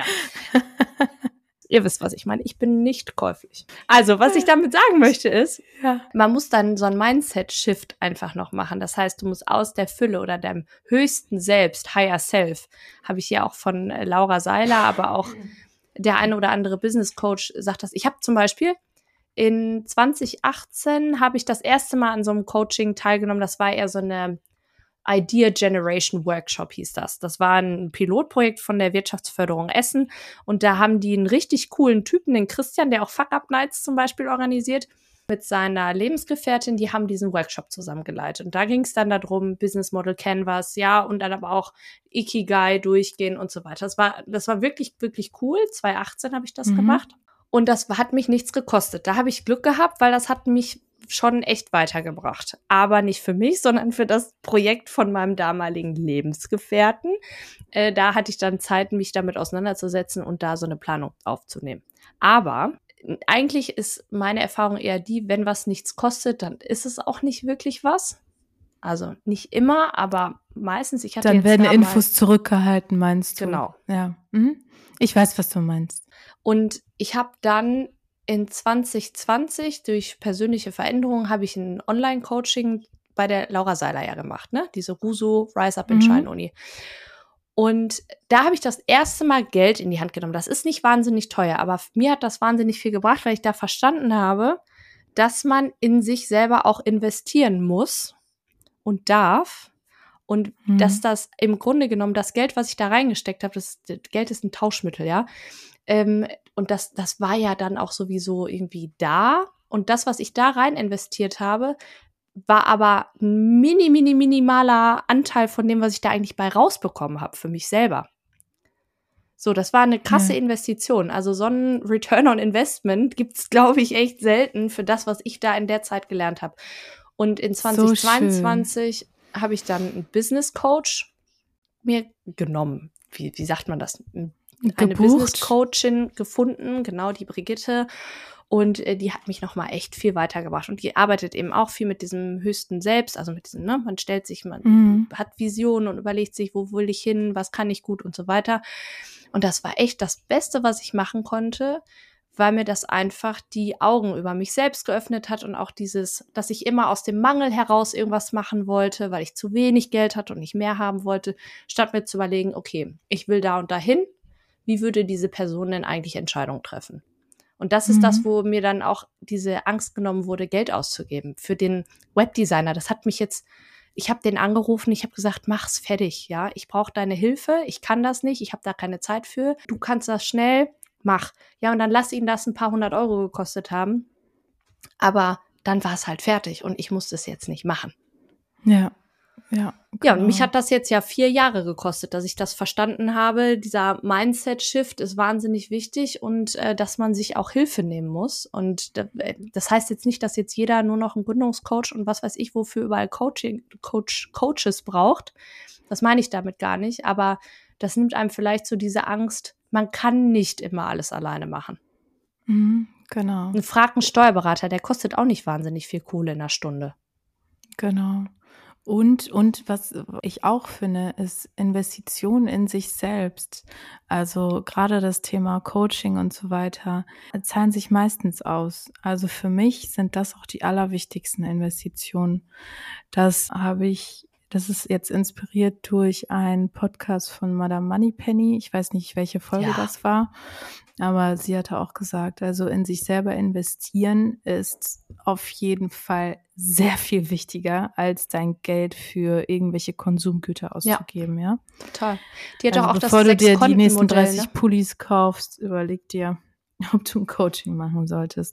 Ihr wisst, was ich meine. Ich bin nicht käuflich. Also, was ich damit sagen möchte ist, Ja. man muss dann so ein Mindset-Shift einfach noch machen. Das heißt, du musst aus der Fülle oder deinem höchsten Selbst, Higher Self, habe ich ja auch von äh, Laura Seiler, aber auch der eine oder andere Business Coach sagt das. Ich habe zum Beispiel in zwanzig achtzehn habe ich das erste Mal an so einem Coaching teilgenommen. Das war eher so eine Idea Generation Workshop hieß das. Das war ein Pilotprojekt von der Wirtschaftsförderung Essen und da haben die einen richtig coolen Typen, den Christian, der auch Fuck-Up-Nights zum Beispiel organisiert, mit seiner Lebensgefährtin, die haben diesen Workshop zusammengeleitet. Und da ging es dann darum, Business Model Canvas, ja, und dann aber auch Ikigai durchgehen und so weiter. Das war, das war wirklich, wirklich cool. zwanzig achtzehn habe ich das Mhm. gemacht. Und das hat mich nichts gekostet. Da habe ich Glück gehabt, weil das hat mich schon echt weitergebracht. Aber nicht für mich, sondern für das Projekt von meinem damaligen Lebensgefährten. Äh, da hatte ich dann Zeit, mich damit auseinanderzusetzen und da so eine Planung aufzunehmen. Aber eigentlich ist meine Erfahrung eher die, wenn was nichts kostet, dann ist es auch nicht wirklich was. Also nicht immer, aber meistens. Ich hatte Dann jetzt werden da Infos zurückgehalten, meinst du? Genau. Ja. Mhm. Ich weiß, was du meinst. Und ich habe dann in zwanzig zwanzig durch persönliche Veränderungen habe ich ein Online-Coaching bei der Laura Seiler ja gemacht, ne? Diese Ruso Rise Up in Mhm. Shine Uni. Und da habe ich das erste Mal Geld in die Hand genommen. Das ist nicht wahnsinnig teuer, aber mir hat das wahnsinnig viel gebracht, weil ich da verstanden habe, dass man in sich selber auch investieren muss und darf. Und Mhm. dass das im Grunde genommen das Geld, was ich da reingesteckt habe, das, das Geld ist ein Tauschmittel, ja. Ähm, und das, das war ja dann auch sowieso irgendwie da. Und das, was ich da rein investiert habe, war aber ein mini, mini, minimaler Anteil von dem, was ich da eigentlich bei rausbekommen habe für mich selber. So, das war eine krasse Ja. Investition. Also so ein Return on Investment gibt's, glaube ich, echt selten für das, was ich da in der Zeit gelernt habe. Und in zwanzig zweiundzwanzig So habe ich dann einen Business Coach mir genommen. Wie, wie sagt man das? Eine Business Gebucht. Coachin gefunden, genau, die Brigitte. Und äh, die hat mich nochmal echt viel weitergebracht. Und die arbeitet eben auch viel mit diesem höchsten Selbst, also mit diesem, ne, man stellt sich, man Mhm. hat Visionen und überlegt sich, wo will ich hin, was kann ich gut und so weiter. Und das war echt das Beste, was ich machen konnte, weil mir das einfach die Augen über mich selbst geöffnet hat und auch dieses, dass ich immer aus dem Mangel heraus irgendwas machen wollte, weil ich zu wenig Geld hatte und nicht mehr haben wollte, statt mir zu überlegen, okay, ich will da und dahin, wie würde diese Person denn eigentlich Entscheidungen treffen? Und das ist mhm. das, wo mir dann auch diese Angst genommen wurde, Geld auszugeben. Für den Webdesigner, das hat mich jetzt, ich habe den angerufen, ich habe gesagt, mach's fertig, ja, ich brauche deine Hilfe, ich kann das nicht, ich habe da keine Zeit für, du kannst das schnell, mach. Ja, und dann lass ihn das ein paar hundert Euro gekostet haben, aber dann war es halt fertig und ich musste es jetzt nicht machen. Ja, ja. Genau. Ja, und mich hat das jetzt ja vier Jahre gekostet, dass ich das verstanden habe. Dieser Mindset-Shift ist wahnsinnig wichtig und äh, dass man sich auch Hilfe nehmen muss. Und äh, das heißt jetzt nicht, dass jetzt jeder nur noch einen Gründungscoach und was weiß ich, wofür überall Coaching, Coach, Coaches braucht. Das meine ich damit gar nicht. Aber das nimmt einem vielleicht so diese Angst, man kann nicht immer alles alleine machen. Mhm, genau. Ein frag einen Steuerberater, der kostet auch nicht wahnsinnig viel Kohle in einer Stunde. Genau. Und, und was ich auch finde, ist Investition in sich selbst. Also gerade das Thema Coaching und so weiter zahlen sich meistens aus. Also für mich sind das auch die allerwichtigsten Investitionen. Das habe ich, das ist jetzt inspiriert durch einen Podcast von Madame Moneypenny. Ich weiß nicht, welche Folge ja. das war. Aber sie hatte auch gesagt, also in sich selber investieren ist auf jeden Fall sehr viel wichtiger, als dein Geld für irgendwelche Konsumgüter auszugeben, ja? ja? Total. Die hat also auch das bevor du dir die nächsten dreißig ne? Pullis kaufst, überleg dir, ob du ein Coaching machen solltest.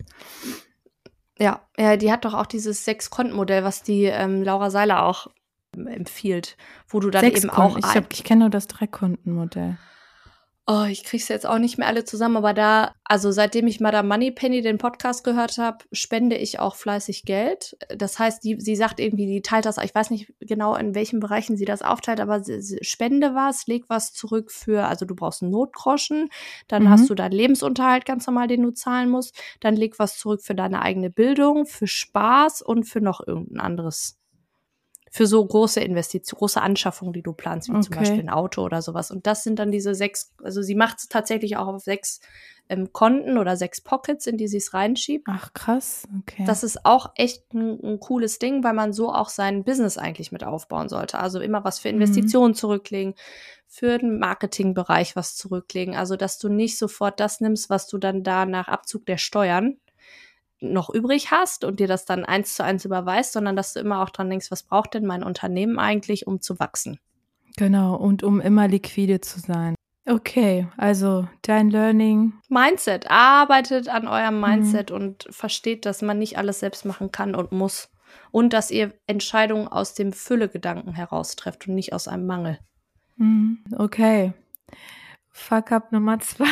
Ja, ja, die hat doch auch dieses Sechs-Konten-Modell, was die ähm, Laura Seiler auch ähm, empfiehlt, wo du dann Sechs eben Konten. auch... Ich, hab, ich kenne nur das Drei-Konten-Modell. Oh, ich krieg's jetzt auch nicht mehr alle zusammen, aber da, also seitdem ich Madame Moneypenny den Podcast gehört habe, spende ich auch fleißig Geld. Das heißt, die, sie sagt irgendwie, die teilt das, ich weiß nicht genau, in welchen Bereichen sie das aufteilt, aber sie, sie spende was, leg was zurück für, also du brauchst einen Notgroschen, dann mhm. hast du deinen Lebensunterhalt ganz normal, den du zahlen musst, dann leg was zurück für deine eigene Bildung, für Spaß und für noch irgendein anderes. Für so große Investitionen, große Anschaffungen, die du planst, wie okay. zum Beispiel ein Auto oder sowas. Und das sind dann diese sechs, also sie macht es tatsächlich auch auf sechs ähm, Konten oder sechs Pockets, in die sie es reinschiebt. Ach, krass, okay. Das ist auch echt ein, ein cooles Ding, weil man so auch sein Business eigentlich mit aufbauen sollte. Also immer was für Investitionen mhm. zurücklegen, für den Marketingbereich was zurücklegen. Also, dass du nicht sofort das nimmst, was du dann da nach Abzug der Steuern noch übrig hast und dir das dann eins zu eins überweist, sondern dass du immer auch dran denkst, was braucht denn mein Unternehmen eigentlich, um zu wachsen? Genau, und um immer liquide zu sein. Okay, also dein Learning. Mindset, arbeitet an eurem Mindset mhm. und versteht, dass man nicht alles selbst machen kann und muss. Und dass ihr Entscheidungen aus dem Füllegedanken heraus trefft und nicht aus einem Mangel. Mhm. Okay. Fuck up Nummer zwei.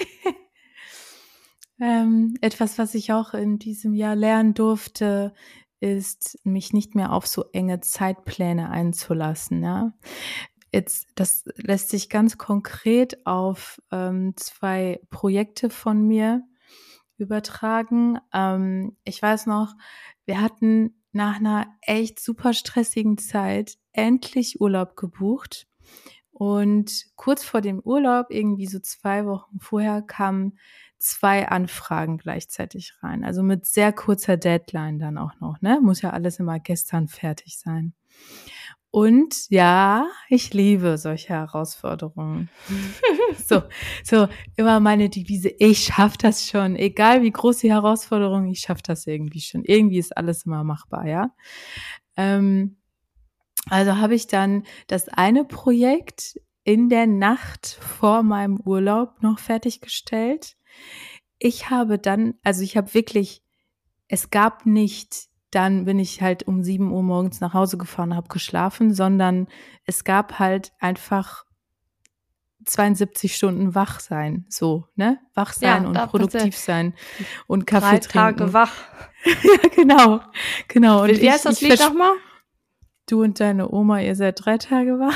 Ähm, etwas, was ich auch in diesem Jahr lernen durfte, ist, mich nicht mehr auf so enge Zeitpläne einzulassen. Ja? Jetzt, das lässt sich ganz konkret auf ähm, zwei Projekte von mir übertragen. Ähm, ich weiß noch, wir hatten nach einer echt super stressigen Zeit endlich Urlaub gebucht. Und kurz vor dem Urlaub, irgendwie so zwei Wochen vorher, kamen zwei Anfragen gleichzeitig rein. Also mit sehr kurzer Deadline dann auch noch, ne? Muss ja alles immer gestern fertig sein. Und ja, ich liebe solche Herausforderungen. so, so immer meine Devise, ich schaff das schon. Egal wie groß die Herausforderung, ich schaff das irgendwie schon. Irgendwie ist alles immer machbar, ja? Ähm, also habe ich dann das eine Projekt in der Nacht vor meinem Urlaub noch fertiggestellt. Ich habe dann, also ich habe wirklich, es gab nicht, dann bin ich halt um sieben Uhr morgens nach Hause gefahren, habe geschlafen, sondern es gab halt einfach zweiundsiebzig Stunden wach sein, so, ne? Wach sein ja, und produktiv sein und Kaffee drei trinken. Drei Tage wach. ja, genau, genau. Und Wie heißt das Lied nochmal? Du und deine Oma, ihr seid drei Tage wach.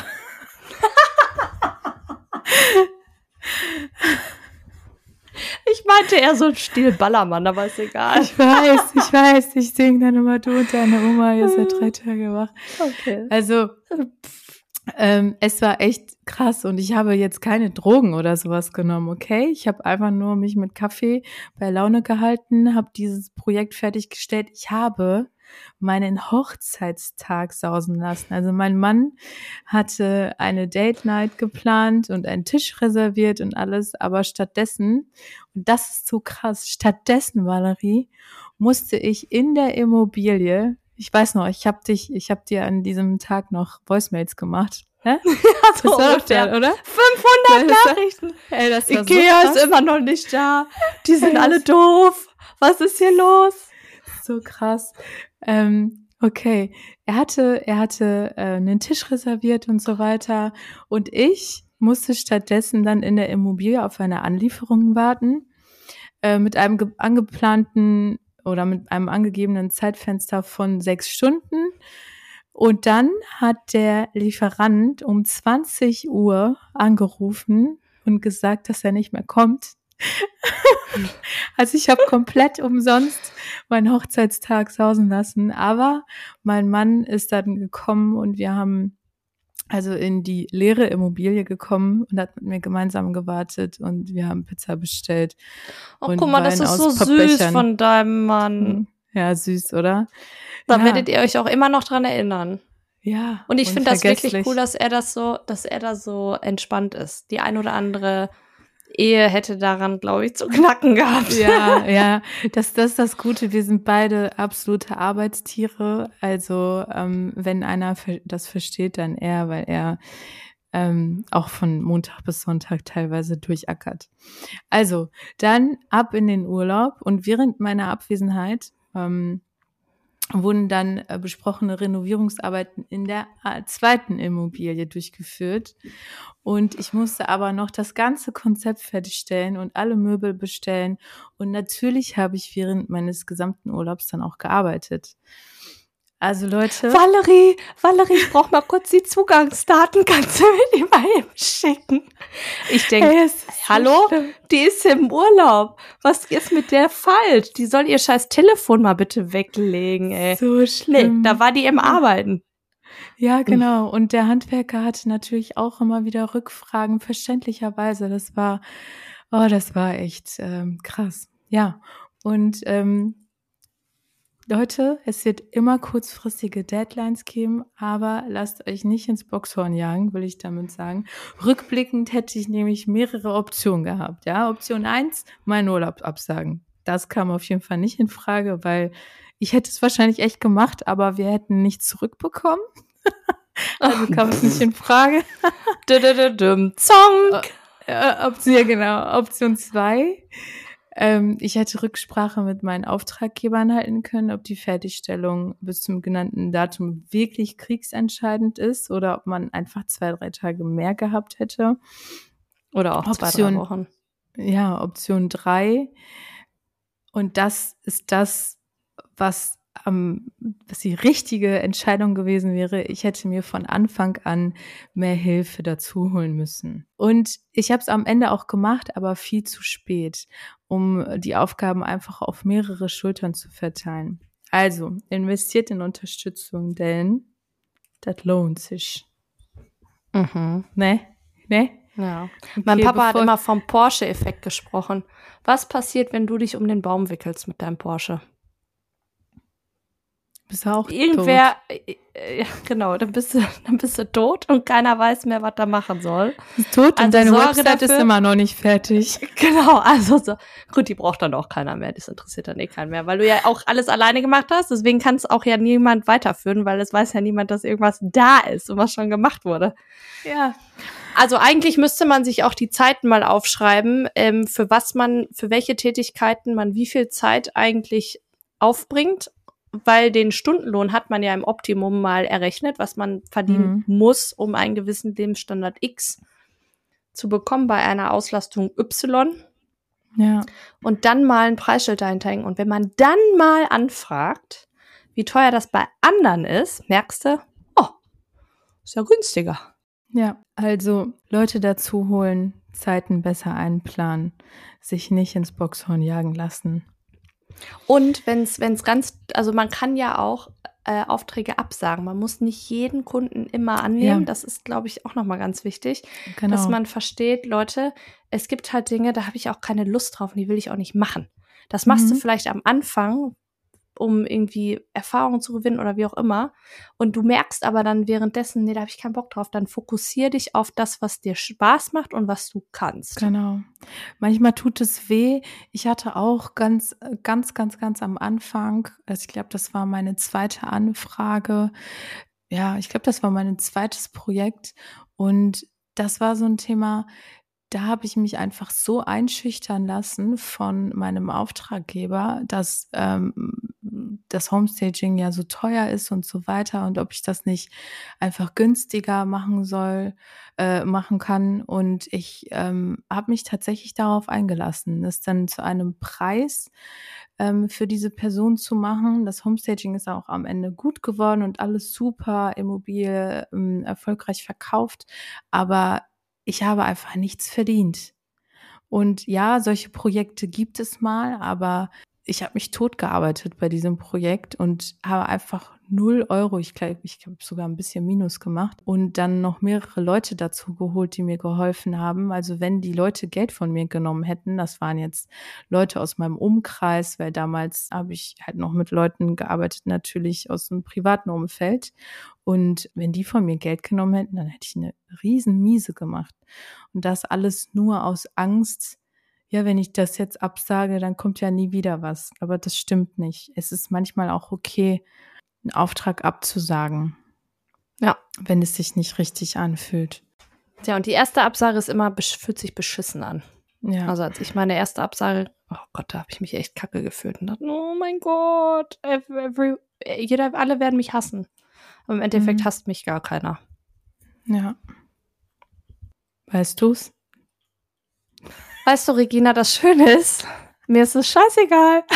Ich meinte eher so ein Stil Ballermann, aber ist egal. Ich weiß, ich weiß, ich singe dann immer du und deine Oma, ihr seid drei Tage wach. Okay. Also, Ähm, es war echt krass und ich habe jetzt keine Drogen oder sowas genommen, okay? Ich habe einfach nur mich mit Kaffee bei Laune gehalten, habe dieses Projekt fertiggestellt. Ich habe meinen Hochzeitstag sausen lassen. Also mein Mann hatte eine Date Night geplant und einen Tisch reserviert und alles, aber stattdessen, und das ist so krass, stattdessen, Valerie, musste ich in der Immobilie, ich weiß noch, ich habe dich, ich habe dir an diesem Tag noch Voicemails gemacht. Hä? Das Das war doch ungefähr der, oder? fünfhundert Das war- Nachrichten. Ey, das war so Ikea krass. ist immer noch nicht da. Die sind Ey, alle das- doof. Was ist hier los? So krass. Ähm, okay, er hatte, er hatte äh, einen Tisch reserviert und so weiter. Und ich musste stattdessen dann in der Immobilie auf eine Anlieferung warten, äh, mit einem ge- angeplanten oder mit einem angegebenen Zeitfenster von sechs Stunden. Und dann hat der Lieferant um zwanzig Uhr angerufen und gesagt, dass er nicht mehr kommt. Also ich habe komplett umsonst meinen Hochzeitstag sausen lassen, aber mein Mann ist dann gekommen und wir haben also in die leere Immobilie gekommen und hat mit mir gemeinsam gewartet und wir haben Pizza bestellt. Oh, und guck mal, das Wein ist so aus süß Pappbechern. von deinem Mann. Ja, süß, oder? Da ja, werdet ihr euch auch immer noch dran erinnern. ja. Und ich finde das wirklich unvergesslich. cool, dass er das so, dass er da so entspannt ist. Die ein oder andere Ehe hätte daran, glaube ich, zu knacken gehabt. Ja, ja, das, das ist das Gute. Wir sind beide absolute Arbeitstiere. Also ähm, wenn einer ver- das versteht, dann er, weil er ähm, auch von Montag bis Sonntag teilweise durchackert. Also dann ab in den Urlaub und während meiner Abwesenheit ähm, wurden dann äh, besprochene Renovierungsarbeiten in der äh, zweiten Immobilie durchgeführt. Und ich musste aber noch das ganze Konzept fertigstellen und alle Möbel bestellen. Und natürlich habe ich während meines gesamten Urlaubs dann auch gearbeitet. Also Leute, Valerie, Valerie, ich brauch mal kurz die Zugangsdaten. Kannst du mir die mal eben schicken? Ich denke, Ey, es ist so hallo, schlimm. die ist im Urlaub. Was ist mit der falsch? Die soll ihr scheiß Telefon mal bitte weglegen, ey. So Nee, schlimm. da war die im Arbeiten. Ja, genau. Und der Handwerker hatte natürlich auch immer wieder Rückfragen, verständlicherweise. Das war, oh, das war echt ähm, krass. Ja, und ähm, Leute, es wird immer kurzfristige Deadlines geben, aber lasst euch nicht ins Boxhorn jagen, will ich damit sagen. Rückblickend hätte ich nämlich mehrere Optionen gehabt. Ja, Option eins, meinen Urlaub absagen. Das kam auf jeden Fall nicht in Frage, weil ich hätte es wahrscheinlich echt gemacht, aber wir hätten nichts zurückbekommen. Also kam es nicht in Frage. Dum, zonk. Äh, Option, ja, genau. Option zwei. Ähm, ich hätte Rücksprache mit meinen Auftraggebern halten können, ob die Fertigstellung bis zum genannten Datum wirklich kriegsentscheidend ist oder ob man einfach zwei, drei Tage mehr gehabt hätte. Oder auch zwei, drei Option, Wochen. ja, Option drei. Und das ist das, was ähm, was die richtige Entscheidung gewesen wäre. Ich hätte mir von Anfang an mehr Hilfe dazu holen müssen. Und ich habe es am Ende auch gemacht, aber viel zu spät, um die Aufgaben einfach auf mehrere Schultern zu verteilen. Also, investiert in Unterstützung, denn das lohnt sich. Mhm. Ne? Ne? Ja. Okay, Mein Papa hat bevor- immer vom Porsche-Effekt gesprochen. Was passiert, wenn du dich um den Baum wickelst mit deinem Porsche? Bist du auch Irgendwer, äh, äh, ja, genau, dann bist du, dann bist du tot und keiner weiß mehr, was er machen soll. tot? Ist tot und Also deine sorge Website ist dafür- immer noch nicht fertig. Genau, also so. Gut, die braucht dann auch keiner mehr, das interessiert dann eh keinen mehr, weil du ja auch alles alleine gemacht hast, deswegen kann es auch ja niemand weiterführen, weil es weiß ja niemand, dass irgendwas da ist und was schon gemacht wurde. Ja. Also eigentlich müsste man sich auch die Zeiten mal aufschreiben, ähm, für was man, für welche Tätigkeiten man wie viel Zeit eigentlich aufbringt, weil den Stundenlohn hat man ja im Optimum mal errechnet, was man verdienen Mhm. muss, um einen gewissen Lebensstandard X zu bekommen bei einer Auslastung Y Ja. und dann mal ein Preisschild dahinter hängen. Und wenn man dann mal anfragt, wie teuer das bei anderen ist, merkst du, oh, ist ja günstiger. Ja, also Leute dazu holen, Zeiten besser einplanen, sich nicht ins Boxhorn jagen lassen. Und wenn's, wenn's ganz, also man kann ja auch äh, Aufträge absagen. Man muss nicht jeden Kunden immer annehmen. Ja. Das ist, glaube ich, auch nochmal ganz wichtig, Genau. dass man versteht, Leute, es gibt halt Dinge, da habe ich auch keine Lust drauf und die will ich auch nicht machen. Das machst du Mhm. vielleicht am Anfang, um irgendwie Erfahrung zu gewinnen oder wie auch immer. Und du merkst aber dann währenddessen, nee, da habe ich keinen Bock drauf. Dann fokussier dich auf das, was dir Spaß macht und was du kannst. Genau. Manchmal tut es weh. Ich hatte auch ganz, ganz, ganz, ganz am Anfang, also ich glaube, das war meine zweite Anfrage. Ja, ich glaube, das war mein zweites Projekt. Und das war so ein Thema, da habe ich mich einfach so einschüchtern lassen von meinem Auftraggeber, dass ähm, das Homestaging ja so teuer ist und so weiter und ob ich das nicht einfach günstiger machen soll, äh, machen kann. Und ich ähm, habe mich tatsächlich darauf eingelassen, es dann zu einem Preis ähm, für diese Person zu machen. Das Homestaging ist auch am Ende gut geworden und alles super, Immobilie ähm, erfolgreich verkauft, aber ich habe einfach nichts verdient. Und ja, solche Projekte gibt es mal, aber ich habe mich totgearbeitet bei diesem Projekt und habe einfach null Euro, ich glaube, ich habe sogar ein bisschen Minus gemacht und dann noch mehrere Leute dazu geholt, die mir geholfen haben. Also wenn die Leute Geld von mir genommen hätten, das waren jetzt Leute aus meinem Umkreis, weil damals habe ich halt noch mit Leuten gearbeitet, natürlich aus dem privaten Umfeld. Und wenn die von mir Geld genommen hätten, dann hätte ich eine riesen Miese gemacht. Und das alles nur aus Angst, ja, wenn ich das jetzt absage, dann kommt ja nie wieder was. Aber das stimmt nicht. Es ist manchmal auch okay, einen Auftrag abzusagen. Ja. Wenn es sich nicht richtig anfühlt. Ja, und die erste Absage ist immer, fühlt sich beschissen an. Ja. Also als ich meine erste Absage, oh Gott, da habe ich mich echt kacke gefühlt und dachte, oh mein Gott, every, jeder, alle werden mich hassen. Aber im Endeffekt Mhm. hasst mich gar keiner. Ja. Weißt du's? Weißt du, Regina, das Schöne ist, mir ist es scheißegal.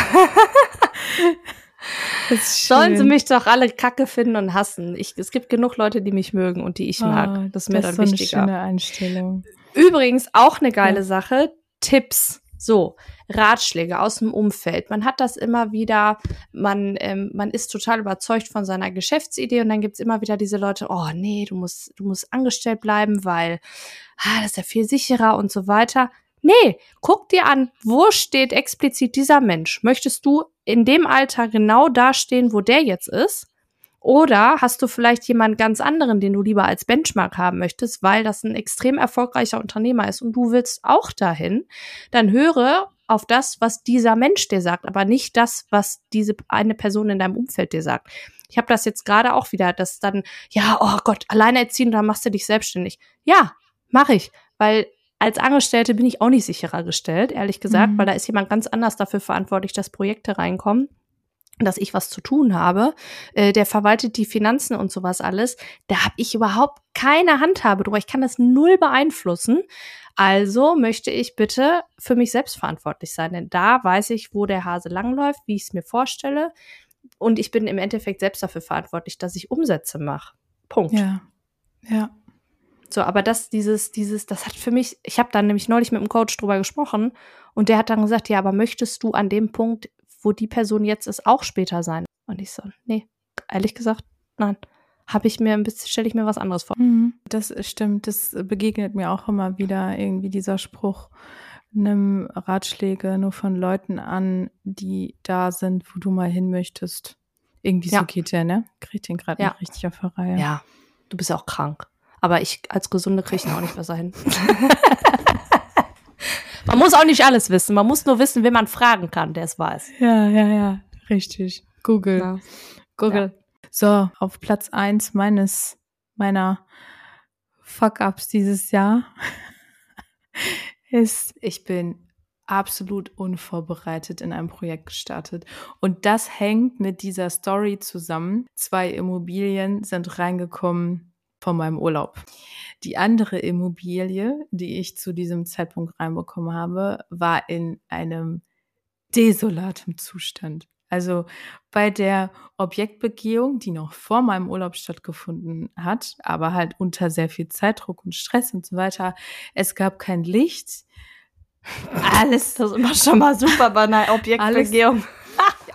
Sollen sie mich doch alle kacke finden und hassen. Ich, es gibt genug Leute, die mich mögen und die ich mag. Oh, das ist mir das dann ist so wichtiger. eine schöne Einstellung. Übrigens auch eine geile Ja. Sache, Tipps. So, Ratschläge aus dem Umfeld. Man hat das immer wieder, man, ähm, man ist total überzeugt von seiner Geschäftsidee und dann gibt's immer wieder diese Leute, oh nee, du musst, du musst angestellt bleiben, weil ah, das ist ja viel sicherer und so weiter. Nee, guck dir an, wo steht explizit dieser Mensch? Möchtest du in dem Alter genau da stehen, wo der jetzt ist? Oder hast du vielleicht jemanden ganz anderen, den du lieber als Benchmark haben möchtest, weil das ein extrem erfolgreicher Unternehmer ist und du willst auch dahin? Dann höre auf das, was dieser Mensch dir sagt, aber nicht das, was diese eine Person in deinem Umfeld dir sagt. Ich habe das jetzt gerade auch wieder, dass dann, ja, oh Gott, alleinerziehend, dann machst du dich selbstständig. Ja, mache ich, weil als Angestellte bin ich auch nicht sicherer gestellt, ehrlich gesagt, Mhm. weil da ist jemand ganz anders dafür verantwortlich, dass Projekte reinkommen, dass ich was zu tun habe. Äh, der verwaltet die Finanzen und sowas alles. Da habe ich überhaupt keine Handhabe drüber. Ich kann das null beeinflussen. Also möchte ich bitte für mich selbst verantwortlich sein, denn da weiß ich, wo der Hase langläuft, wie ich es mir vorstelle. Und ich bin im Endeffekt selbst dafür verantwortlich, dass ich Umsätze mache. Punkt. Ja, ja. So, aber das, dieses, dieses, das hat für mich, ich habe dann nämlich neulich mit einem Coach drüber gesprochen und der hat dann gesagt, ja, aber möchtest du an dem Punkt, wo die Person jetzt ist, auch später sein? Und ich so, nee, ehrlich gesagt, nein. Habe ich mir ein bisschen, stelle ich mir was anderes vor. Mhm. Das stimmt, das begegnet mir auch immer wieder, irgendwie dieser Spruch, nimm Ratschläge nur von Leuten an, die da sind, wo du mal hin möchtest. Irgendwie Ja. so geht der, ne? Krieg den gerade Ja. nicht richtig auf der Reihe. Ja, du bist ja auch krank. Aber ich als Gesunde kriege ich ihn auch nicht besser hin. Man muss auch nicht alles wissen. Man muss nur wissen, wen man fragen kann, der es weiß. Ja, ja, ja, richtig. Google. Ja. Google. Ja. So, auf Platz eins meines, meiner Fuck-Ups dieses Jahr ist, ich bin absolut unvorbereitet in ein Projekt gestartet. Und das hängt mit dieser Story zusammen. Zwei Immobilien sind reingekommen von meinem Urlaub. Die andere Immobilie, die ich zu diesem Zeitpunkt reinbekommen habe, war in einem desolatem Zustand. Also bei der Objektbegehung, die noch vor meinem Urlaub stattgefunden hat, aber halt unter sehr viel Zeitdruck und Stress und so weiter, es gab kein Licht. Alles, Das ist immer schon mal super bei einer Objektbegehung. Alles,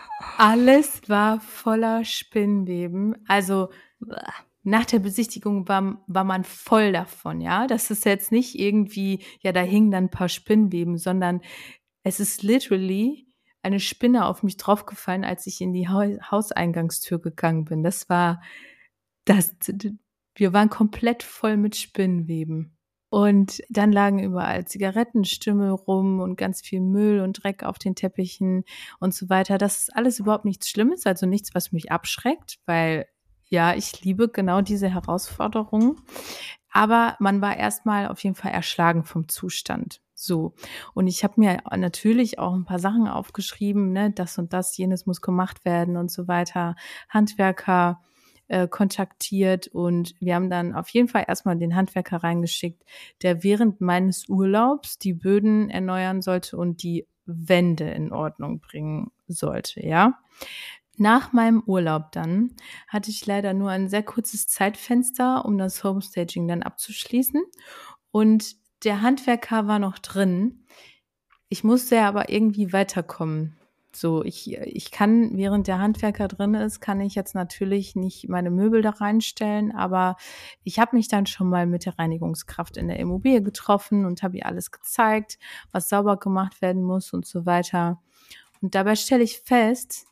alles war voller Spinnweben. Also nach der Besichtigung war, war man voll davon, ja. Das ist jetzt nicht irgendwie, ja, da hingen dann ein paar Spinnweben, sondern es ist literally eine Spinne auf mich draufgefallen, als ich in die Hauseingangstür gegangen bin. Das war, das, wir waren komplett voll mit Spinnweben. Und dann lagen überall Zigarettenstümmel rum und ganz viel Müll und Dreck auf den Teppichen und so weiter. Das ist alles überhaupt nichts Schlimmes, also nichts, was mich abschreckt, weil ja, ich liebe genau diese Herausforderungen. Aber man war erstmal auf jeden Fall erschlagen vom Zustand. So. Und ich habe mir natürlich auch ein paar Sachen aufgeschrieben, ne, das und das, jenes muss gemacht werden und so weiter. Handwerker äh, kontaktiert und wir haben dann auf jeden Fall erstmal den Handwerker reingeschickt, der während meines Urlaubs die Böden erneuern sollte und die Wände in Ordnung bringen sollte, ja. Nach meinem Urlaub dann hatte ich leider nur ein sehr kurzes Zeitfenster, um das Homestaging dann abzuschließen. Und der Handwerker war noch drin. Ich musste ja aber irgendwie weiterkommen. So, ich, ich kann, während der Handwerker drin ist, kann ich jetzt natürlich nicht meine Möbel da reinstellen, aber ich habe mich dann schon mal mit der Reinigungskraft in der Immobilie getroffen und habe ihr alles gezeigt, was sauber gemacht werden muss und so weiter. Und dabei stelle ich fest,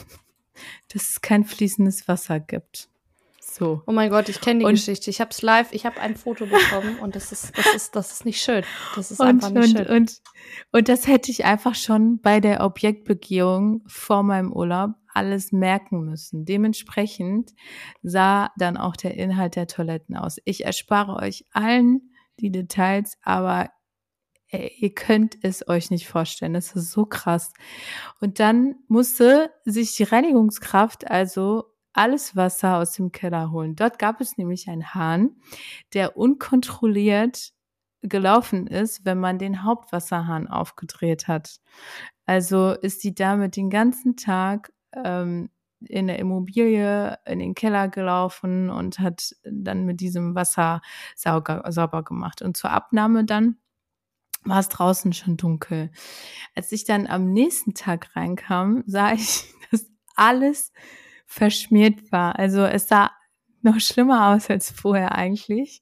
dass es kein fließendes Wasser gibt. So. Oh mein Gott, ich kenne die und, Geschichte. Ich habe es live, ich habe ein Foto bekommen und das ist, das ist, das ist nicht schön. Das ist und, einfach nicht und, schön. Und, und das hätte ich einfach schon bei der Objektbegehung vor meinem Urlaub alles merken müssen. Dementsprechend sah dann auch der Inhalt der Toiletten aus. Ich erspare euch allen die Details, aber ey, ihr könnt es euch nicht vorstellen. Das ist so krass. Und dann musste sich die Reinigungskraft also alles Wasser aus dem Keller holen. Dort gab es nämlich einen Hahn, der unkontrolliert gelaufen ist, wenn man den Hauptwasserhahn aufgedreht hat. Also ist die Dame den ganzen Tag ähm, in der Immobilie in den Keller gelaufen und hat dann mit diesem Wasser sauber, sauber gemacht. Und zur Abnahme dann war es draußen schon dunkel. Als ich dann am nächsten Tag reinkam, sah ich, dass alles verschmiert war. Also es sah noch schlimmer aus als vorher eigentlich.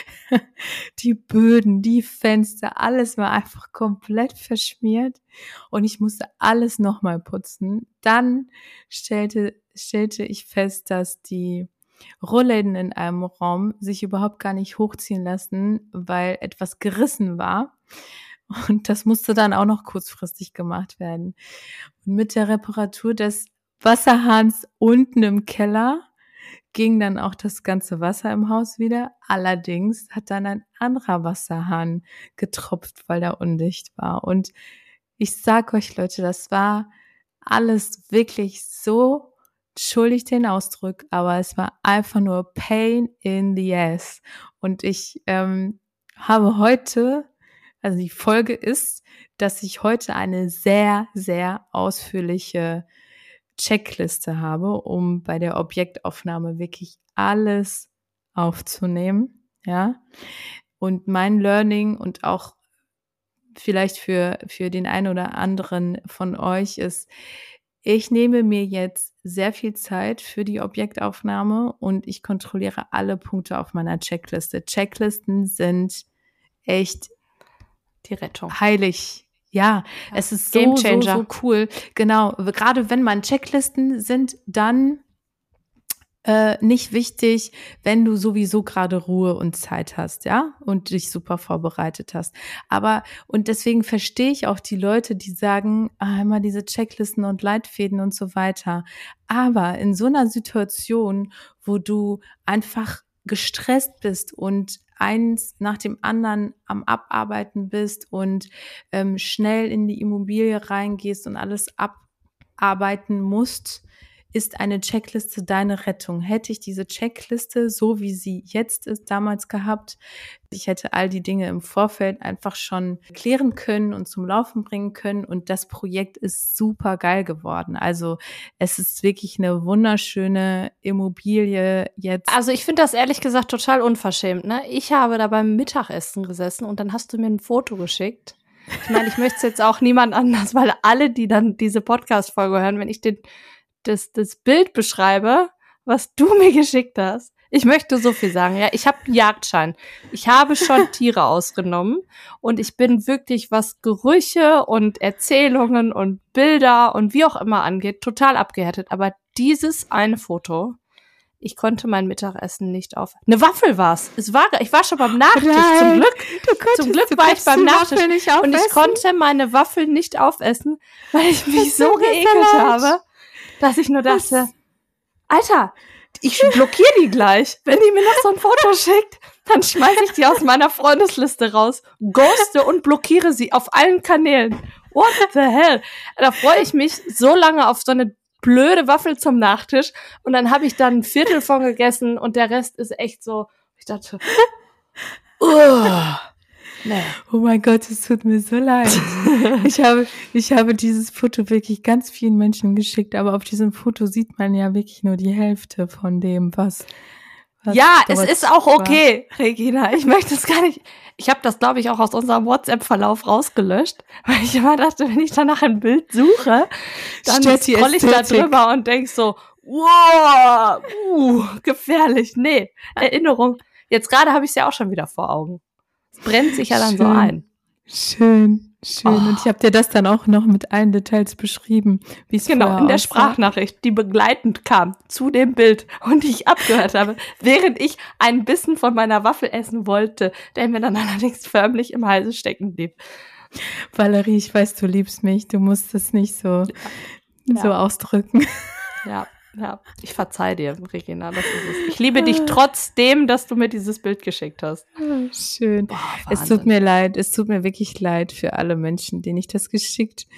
Die Böden, die Fenster, alles war einfach komplett verschmiert und ich musste alles nochmal putzen. Dann stellte, stellte ich fest, dass die Rollläden in einem Raum sich überhaupt gar nicht hochziehen lassen, weil etwas gerissen war. Und das musste dann auch noch kurzfristig gemacht werden. Und mit der Reparatur des Wasserhahns unten im Keller ging dann auch das ganze Wasser im Haus wieder. Allerdings hat dann ein anderer Wasserhahn getropft, weil er undicht war. Und ich sag euch, Leute, das war alles wirklich so, entschuldigt den Ausdruck, aber es war einfach nur Pain in the ass. Und ich ähm, habe heute, also die Folge ist, dass ich heute eine sehr, sehr ausführliche Checkliste habe, um bei der Objektaufnahme wirklich alles aufzunehmen, ja. Und mein Learning und auch vielleicht für, für den einen oder anderen von euch ist, ich nehme mir jetzt sehr viel Zeit für die Objektaufnahme und ich kontrolliere alle Punkte auf meiner Checkliste. Checklisten sind echt die Rettung. Heilig. Ja, ja, es ist so, so, so cool. Genau, gerade wenn man Checklisten sind, dann äh, nicht wichtig, wenn du sowieso gerade Ruhe und Zeit hast, ja, und dich super vorbereitet hast. Aber, und deswegen verstehe ich auch die Leute, die sagen, ah, immer diese Checklisten und Leitfäden und so weiter. Aber in so einer Situation, wo du einfach gestresst bist und eins nach dem anderen am Abarbeiten bist und ähm, schnell in die Immobilie reingehst und alles abarbeiten musst, ist eine Checkliste deine Rettung. Hätte ich diese Checkliste, so wie sie jetzt ist, damals gehabt, ich hätte all die Dinge im Vorfeld einfach schon klären können und zum Laufen bringen können und das Projekt ist super geil geworden. Also es ist wirklich eine wunderschöne Immobilie jetzt. Also ich finde das ehrlich gesagt total unverschämt, ne? Ich habe da beim Mittagessen gesessen und dann hast du mir ein Foto geschickt. Ich meine, ich möchte es jetzt auch niemand anders, weil alle, die dann diese Podcast-Folge hören, wenn ich den das, das Bild beschreibe, was du mir geschickt hast. Ich möchte so viel sagen, ja. Ich habe einen Jagdschein. Ich habe schon Tiere ausgenommen und ich bin wirklich, was Gerüche und Erzählungen und Bilder und wie auch immer angeht, total abgehärtet. Aber dieses eine Foto, ich konnte mein Mittagessen nicht auf. Eine Waffel war's. Es war, ich war schon beim Nachtisch. Nein, zum Glück, du konntest, zum Glück du war ich beim Nachtisch nicht und ich konnte meine Waffel nicht aufessen, weil ich mich Das so tut mir geekelt so leid. habe, dass ich nur dachte, Alter, ich blockiere die gleich. Wenn die mir noch so ein Foto schickt, dann schmeiße ich die aus meiner Freundesliste raus, ghoste und blockiere sie auf allen Kanälen. What the hell? Da freue ich mich so lange auf so eine blöde Waffel zum Nachtisch und dann habe ich dann ein Viertel von gegessen und der Rest ist echt so, ich dachte, uh, nee. Oh mein Gott, es tut mir so leid. Ich habe, ich habe dieses Foto wirklich ganz vielen Menschen geschickt, aber auf diesem Foto sieht man ja wirklich nur die Hälfte von dem, was. was Ja, es dort ist auch war. okay, Regina. Ich möchte es gar nicht. Ich habe das, glaube ich, auch aus unserem WhatsApp-Verlauf rausgelöscht, weil ich immer dachte, wenn ich danach ein Bild suche, dann Stört die scroll ich da Ästhetik. drüber und denk so, wow, uh, gefährlich. Nee, Erinnerung. Jetzt gerade habe ich es ja auch schon wieder vor Augen. Es brennt sich ja dann so Schön. ein. Schön, schön. Oh. Und ich habe dir das dann auch noch mit allen Details beschrieben, wie es Genau, vorher in der aussah. Sprachnachricht, die begleitend kam zu dem Bild und die ich abgehört habe, während ich einen Bissen von meiner Waffel essen wollte, der mir dann allerdings förmlich im Halse stecken blieb. Valerie, ich weiß, du liebst mich. Du musst es nicht so, Ja. so ausdrücken. Ja, ja, ich verzeih dir, Regina, das ist es. Ich liebe dich trotzdem, dass du mir dieses Bild geschickt hast. Schön. Boah, Es tut Wahnsinn. mir leid. Es tut mir wirklich leid für alle Menschen, denen ich das geschickt.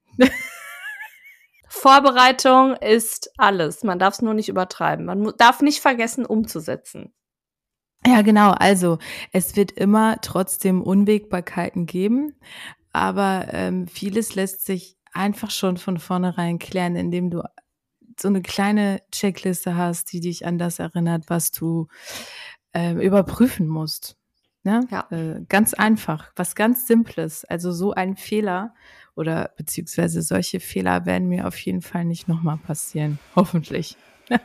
Vorbereitung ist alles. Man darf es nur nicht übertreiben. Man mu- darf nicht vergessen, umzusetzen. Ja, genau. Also, es wird immer trotzdem Unwägbarkeiten geben, aber ähm, vieles lässt sich einfach schon von vornherein klären, indem du so eine kleine Checkliste hast, die dich an das erinnert, was du ähm, überprüfen musst. Ne? Ja. Äh, ganz einfach, was ganz Simples. Also so ein Fehler oder beziehungsweise solche Fehler werden mir auf jeden Fall nicht nochmal passieren. Hoffentlich.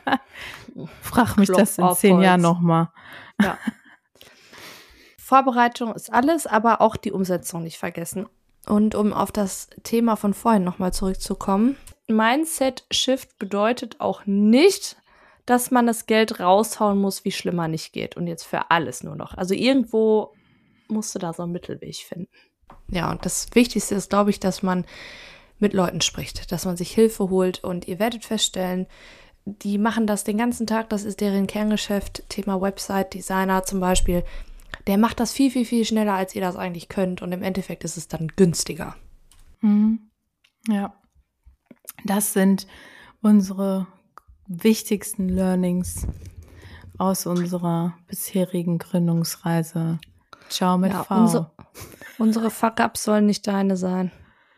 Frag mich Klopf das in auf zehn Holz. Jahren nochmal. Ja. Vorbereitung ist alles, aber auch die Umsetzung nicht vergessen. Und um auf das Thema von vorhin nochmal zurückzukommen. Mindset-Shift bedeutet auch nicht, dass man das Geld raushauen muss, wie schlimmer nicht geht. Und jetzt für alles nur noch. Also irgendwo musst du da so einen Mittelweg finden. Ja, und das Wichtigste ist, glaube ich, dass man mit Leuten spricht, dass man sich Hilfe holt. Und ihr werdet feststellen, die machen das den ganzen Tag, das ist deren Kerngeschäft, Thema Website-Designer zum Beispiel. Der macht das viel, viel, viel schneller, als ihr das eigentlich könnt. Und im Endeffekt ist es dann günstiger. Mhm. Ja. Das sind unsere wichtigsten Learnings aus unserer bisherigen Gründungsreise. Ciao mit Ja, V. unsere, unsere Fuck-Ups sollen nicht deine sein.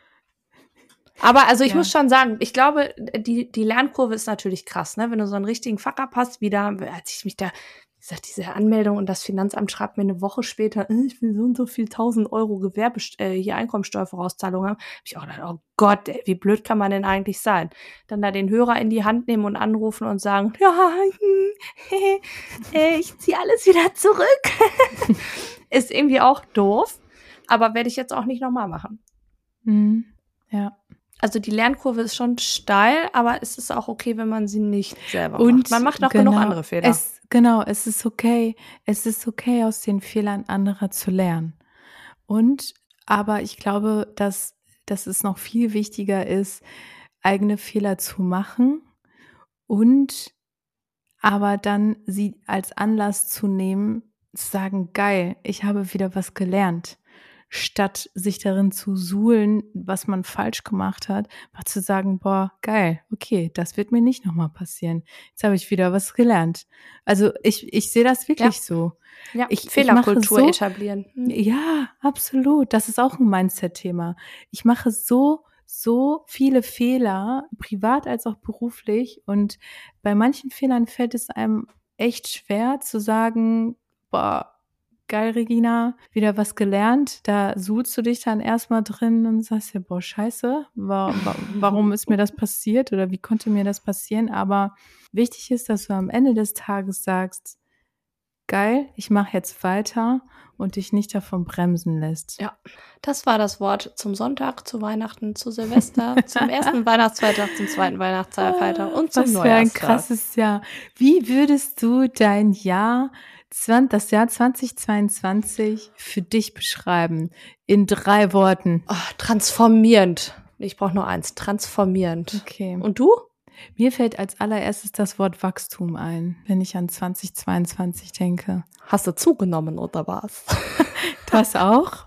Aber also ich Ja. muss schon sagen, ich glaube, die, die Lernkurve ist natürlich krass, ne? Wenn du so einen richtigen Fuck-Up hast, wie da, als ich mich da, wie gesagt, diese Anmeldung und das Finanzamt schreibt mir eine Woche später, äh, ich will so und so viel tausend Euro Gewerbe, äh, hier Einkommensteuervorauszahlung haben, hab ich auch gedacht, oh Gott, ey, wie blöd kann man denn eigentlich sein? Dann da den Hörer in die Hand nehmen und anrufen und sagen, ja, hm, äh, ich ziehe alles wieder zurück. Ist irgendwie auch doof, aber werde ich jetzt auch nicht nochmal machen. Mhm. Ja. Also die Lernkurve ist schon steil, aber es ist auch okay, wenn man sie nicht selber Und macht. Man macht auch genau, genug andere Fehler. Es, genau, es ist okay. Es ist okay, aus den Fehlern anderer zu lernen. Und, aber ich glaube, dass, dass es noch viel wichtiger ist, eigene Fehler zu machen und aber dann sie als Anlass zu nehmen, zu sagen, geil, ich habe wieder was gelernt. Statt sich darin zu suhlen, was man falsch gemacht hat, war zu sagen, boah, geil, okay, das wird mir nicht nochmal passieren. Jetzt habe ich wieder was gelernt. Also ich, ich sehe das wirklich Ja. so. Ja, ich- ich Fehlerkultur mache so- etablieren. Hm. Ja, absolut. Das ist auch ein Mindset-Thema. Ich mache so, so viele Fehler, privat als auch beruflich. Und bei manchen Fehlern fällt es einem echt schwer zu sagen, boah, geil, Regina, wieder was gelernt. Da suchst du dich dann erstmal drin und sagst ja, boah, scheiße, wa- wa- warum ist mir das passiert oder wie konnte mir das passieren? Aber wichtig ist, dass du am Ende des Tages sagst, geil, ich mache jetzt weiter und dich nicht davon bremsen lässt. Ja, das war das Wort zum Sonntag, zu Weihnachten, zu Silvester, zum ersten Weihnachtsfeiertag, zum zweiten Weihnachtsfeiertag und zum Was für ein Neujahrstag. krasses Jahr. Wie würdest du dein Jahr, zwan- das Jahr zweitausendzweiundzwanzig für dich beschreiben? In drei Worten. Oh, transformierend. Ich brauche nur eins, transformierend. Okay. Und du? Mir fällt als allererstes das Wort Wachstum ein, wenn ich an zweitausendzweiundzwanzig denke. Hast du zugenommen oder was? Das auch.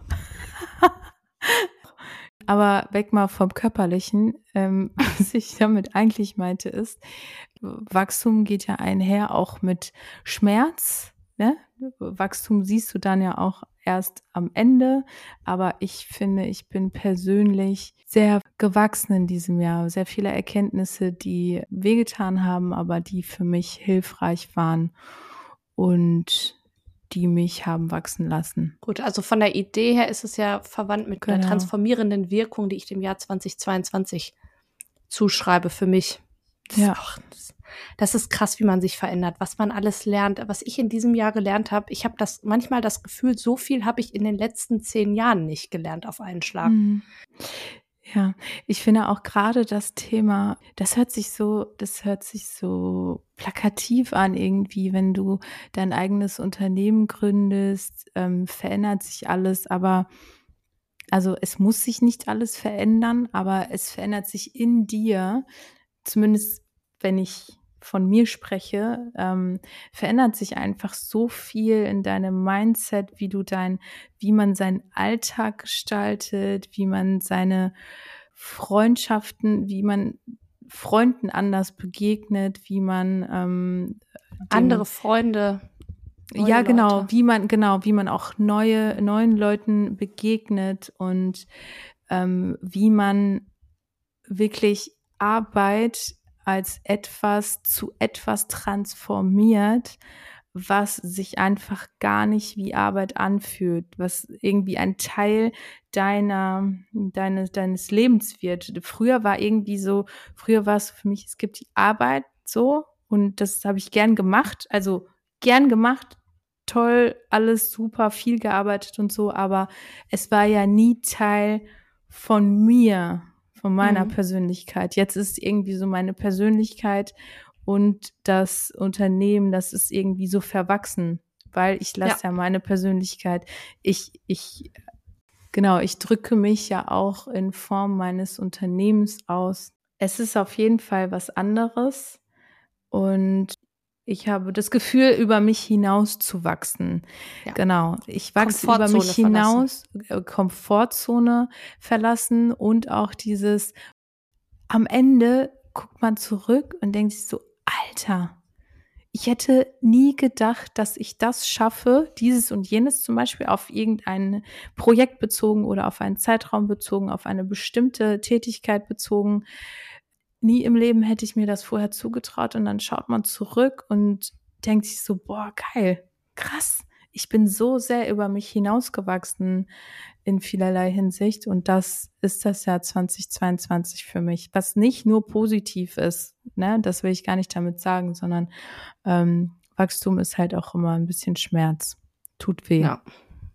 Aber weg mal vom Körperlichen. Ähm, was ich damit eigentlich meinte ist, Wachstum geht ja einher auch mit Schmerz. Ne? Wachstum siehst du dann ja auch erst am Ende. Aber ich finde, ich bin persönlich sehr gewachsen in diesem Jahr. Sehr viele Erkenntnisse, die wehgetan haben, aber die für mich hilfreich waren und die mich haben wachsen lassen. Gut, also von der Idee her ist es ja verwandt mit einer Genau. transformierenden Wirkung, die ich dem Jahr zweitausendzweiundzwanzig zuschreibe für mich. Das, Ja. ist auch, das, das ist krass, wie man sich verändert, was man alles lernt. Was ich in diesem Jahr gelernt habe, ich habe das manchmal das Gefühl, so viel habe ich in den letzten zehn Jahren nicht gelernt auf einen Schlag. Mhm. Ja, ich finde auch gerade das Thema, das hört sich so, das hört sich so plakativ an irgendwie, wenn du dein eigenes Unternehmen gründest, ähm, verändert sich alles, aber also es muss sich nicht alles verändern, aber es verändert sich in dir, zumindest wenn ich von mir spreche, ähm, verändert sich einfach so viel in deinem Mindset, wie du dein, wie man seinen Alltag gestaltet, wie man seine Freundschaften, wie man Freunden anders begegnet, wie man ähm, den, Andere Freunde. neue ja, genau, Leute. wie man, genau, wie man auch neue, neuen Leuten begegnet und ähm, wie man wirklich Arbeit als etwas zu etwas transformiert, was sich einfach gar nicht wie Arbeit anfühlt, was irgendwie ein Teil deiner, deines, deines Lebens wird. Früher war irgendwie so, früher war es für mich, es gibt die Arbeit so und das habe ich gern gemacht, also gern gemacht, toll, alles super, viel gearbeitet und so, aber es war ja nie Teil von mir, von meiner Mhm. Persönlichkeit. Jetzt ist irgendwie so meine Persönlichkeit und das Unternehmen, das ist irgendwie so verwachsen, weil ich lasse ja, ja meine Persönlichkeit, ich, ich, genau, ich drücke mich ja auch in Form meines Unternehmens aus. Es ist auf jeden Fall was anderes und ich habe das Gefühl, über mich hinaus zu wachsen. Ja. Genau. Ich wachse über mich hinaus, äh, Komfortzone verlassen und auch dieses, am Ende guckt man zurück und denkt sich so, Alter, ich hätte nie gedacht, dass ich das schaffe, dieses und jenes zum Beispiel auf irgendein Projekt bezogen oder auf einen Zeitraum bezogen, auf eine bestimmte Tätigkeit bezogen. Nie im Leben hätte ich mir das vorher zugetraut und dann schaut man zurück und denkt sich so, boah, geil, krass, ich bin so sehr über mich hinausgewachsen in vielerlei Hinsicht und das ist das Jahr zweitausendzweiundzwanzig für mich, was nicht nur positiv ist, ne, das will ich gar nicht damit sagen, sondern ähm, Wachstum ist halt auch immer ein bisschen Schmerz, tut weh. Ja.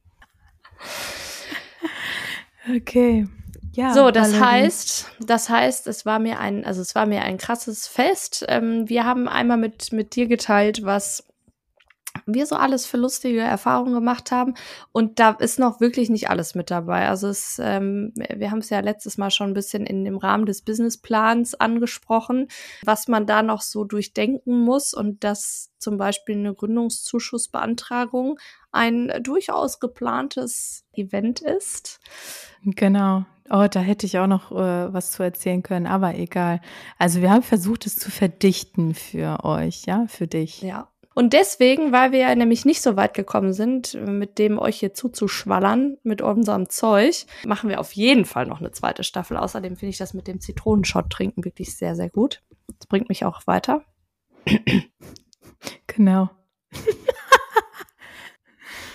Okay. Ja, so, das Valerie. heißt, das heißt, es war mir ein, also es war mir ein krasses Fest. Ähm, wir haben einmal mit mit dir geteilt, was wir so alles für lustige Erfahrungen gemacht haben. Und da ist noch wirklich nicht alles mit dabei. Also es, ähm, wir haben es ja letztes Mal schon ein bisschen in dem Rahmen des Businessplans angesprochen, was man da noch so durchdenken muss und dass zum Beispiel eine Gründungszuschussbeantragung ein durchaus geplantes Event ist. Genau. Oh, da hätte ich auch noch äh, was zu erzählen können, aber egal. Also wir haben versucht, es zu verdichten für euch, ja, für dich. Ja. Und deswegen, weil wir ja nämlich nicht so weit gekommen sind, mit dem euch hier zuzuschwallern, mit unserem Zeug, machen wir auf jeden Fall noch eine zweite Staffel. Außerdem finde ich das mit dem Zitronenshot trinken wirklich sehr, sehr gut. Das bringt mich auch weiter. Genau.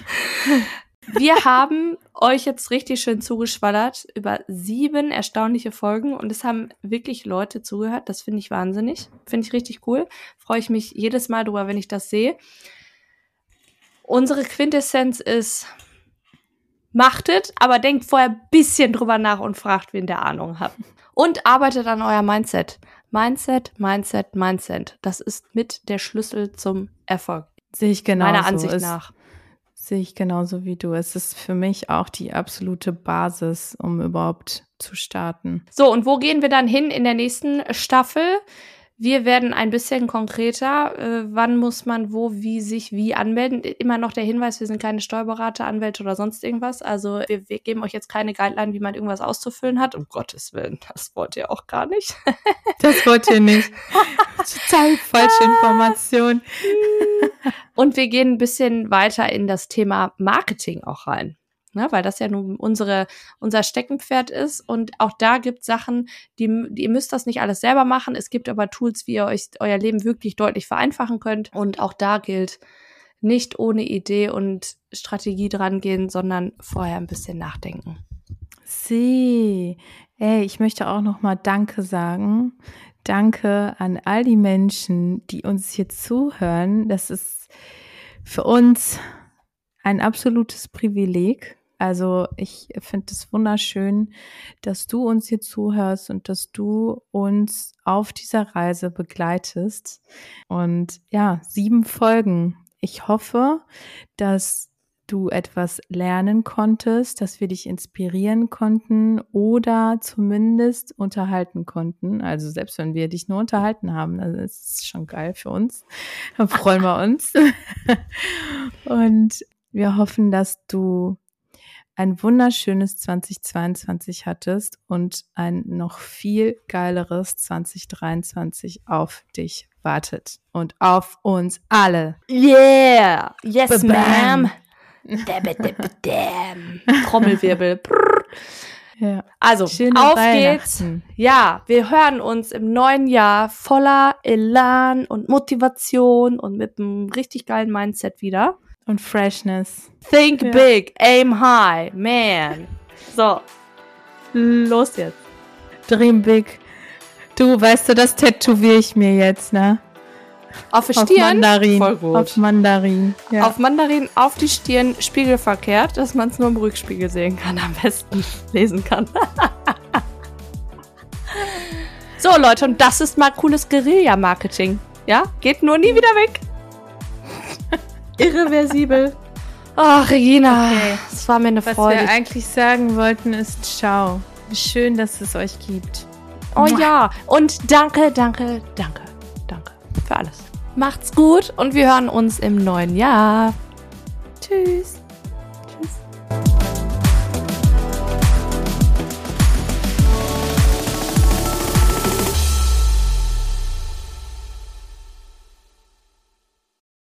Wir haben euch jetzt richtig schön zugeschwallert über sieben erstaunliche Folgen und es haben wirklich Leute zugehört. Das finde ich wahnsinnig. Finde ich richtig cool. Freue ich mich jedes Mal drüber, wenn ich das sehe. Unsere Quintessenz ist, machtet, aber denkt vorher ein bisschen drüber nach und fragt, wen der Ahnung hat. Und arbeitet an euer Mindset. Mindset, Mindset, Mindset. Das ist mit der Schlüssel zum Erfolg. Sehe ich genauso. Meiner Ansicht es, nach. Sehe ich genauso wie du. Es ist für mich auch die absolute Basis, um überhaupt zu starten. So, und wo gehen wir dann hin in der nächsten Staffel? Wir werden ein bisschen konkreter. Äh, wann muss man wo, wie, sich, wie anmelden? Immer noch der Hinweis, wir sind keine Steuerberater, Anwälte oder sonst irgendwas. Also wir, wir geben euch jetzt keine Guideline, wie man irgendwas auszufüllen hat. Um Gottes Willen, das wollt ihr auch gar nicht. Das wollt ihr nicht. Total falsche Information. Und wir gehen ein bisschen weiter in das Thema Marketing auch rein. Ne, weil das ja nun unsere, unser Steckenpferd ist. Und auch da gibt es Sachen, die, die ihr müsst das nicht alles selber machen. Es gibt aber Tools, wie ihr euch euer Leben wirklich deutlich vereinfachen könnt. Und auch da gilt, nicht ohne Idee und Strategie dran gehen, sondern vorher ein bisschen nachdenken. Sie, ey, ich möchte auch noch mal Danke sagen. Danke an all die Menschen, die uns hier zuhören. Das ist für uns ein absolutes Privileg. Also ich finde es wunderschön, dass du uns hier zuhörst und dass du uns auf dieser Reise begleitest. Und ja, sieben Folgen. Ich hoffe, dass du etwas lernen konntest, dass wir dich inspirieren konnten oder zumindest unterhalten konnten. Also selbst wenn wir dich nur unterhalten haben, also das ist schon geil für uns. Da freuen wir uns. Und wir hoffen, dass du ein wunderschönes zweitausendzweiundzwanzig hattest und ein noch viel geileres zwanzig dreiundzwanzig auf dich wartet und auf uns alle. Yeah! Yes, Ba-bam. ma'am! Trommelwirbel. Ja. Also, Schöne auf geht's. Ja, wir hören uns im neuen Jahr voller Elan und Motivation und mit einem richtig geilen Mindset wieder. Und Freshness. Think Ja. big, aim high, man. So, los jetzt. Dream big. Du, weißt du, das tätowiere ich mir jetzt, ne? Auf die Auf Stirn. Mandarin. Voll gut. Auf Mandarin. Ja. Auf Mandarin, auf die Stirn, spiegelverkehrt, dass man es nur im Rückspiegel sehen kann, am besten lesen kann. So, Leute, und das ist mal cooles Guerilla-Marketing. Ja, geht nur nie wieder weg. Irreversibel. Ach, Regina, Okay. es war mir eine Was Freude. wir eigentlich sagen wollten, ist ciao. Wie schön, dass es euch gibt. Oh ja, und danke, danke, danke, danke für alles. Macht's gut und wir hören uns im neuen Jahr. Tschüss.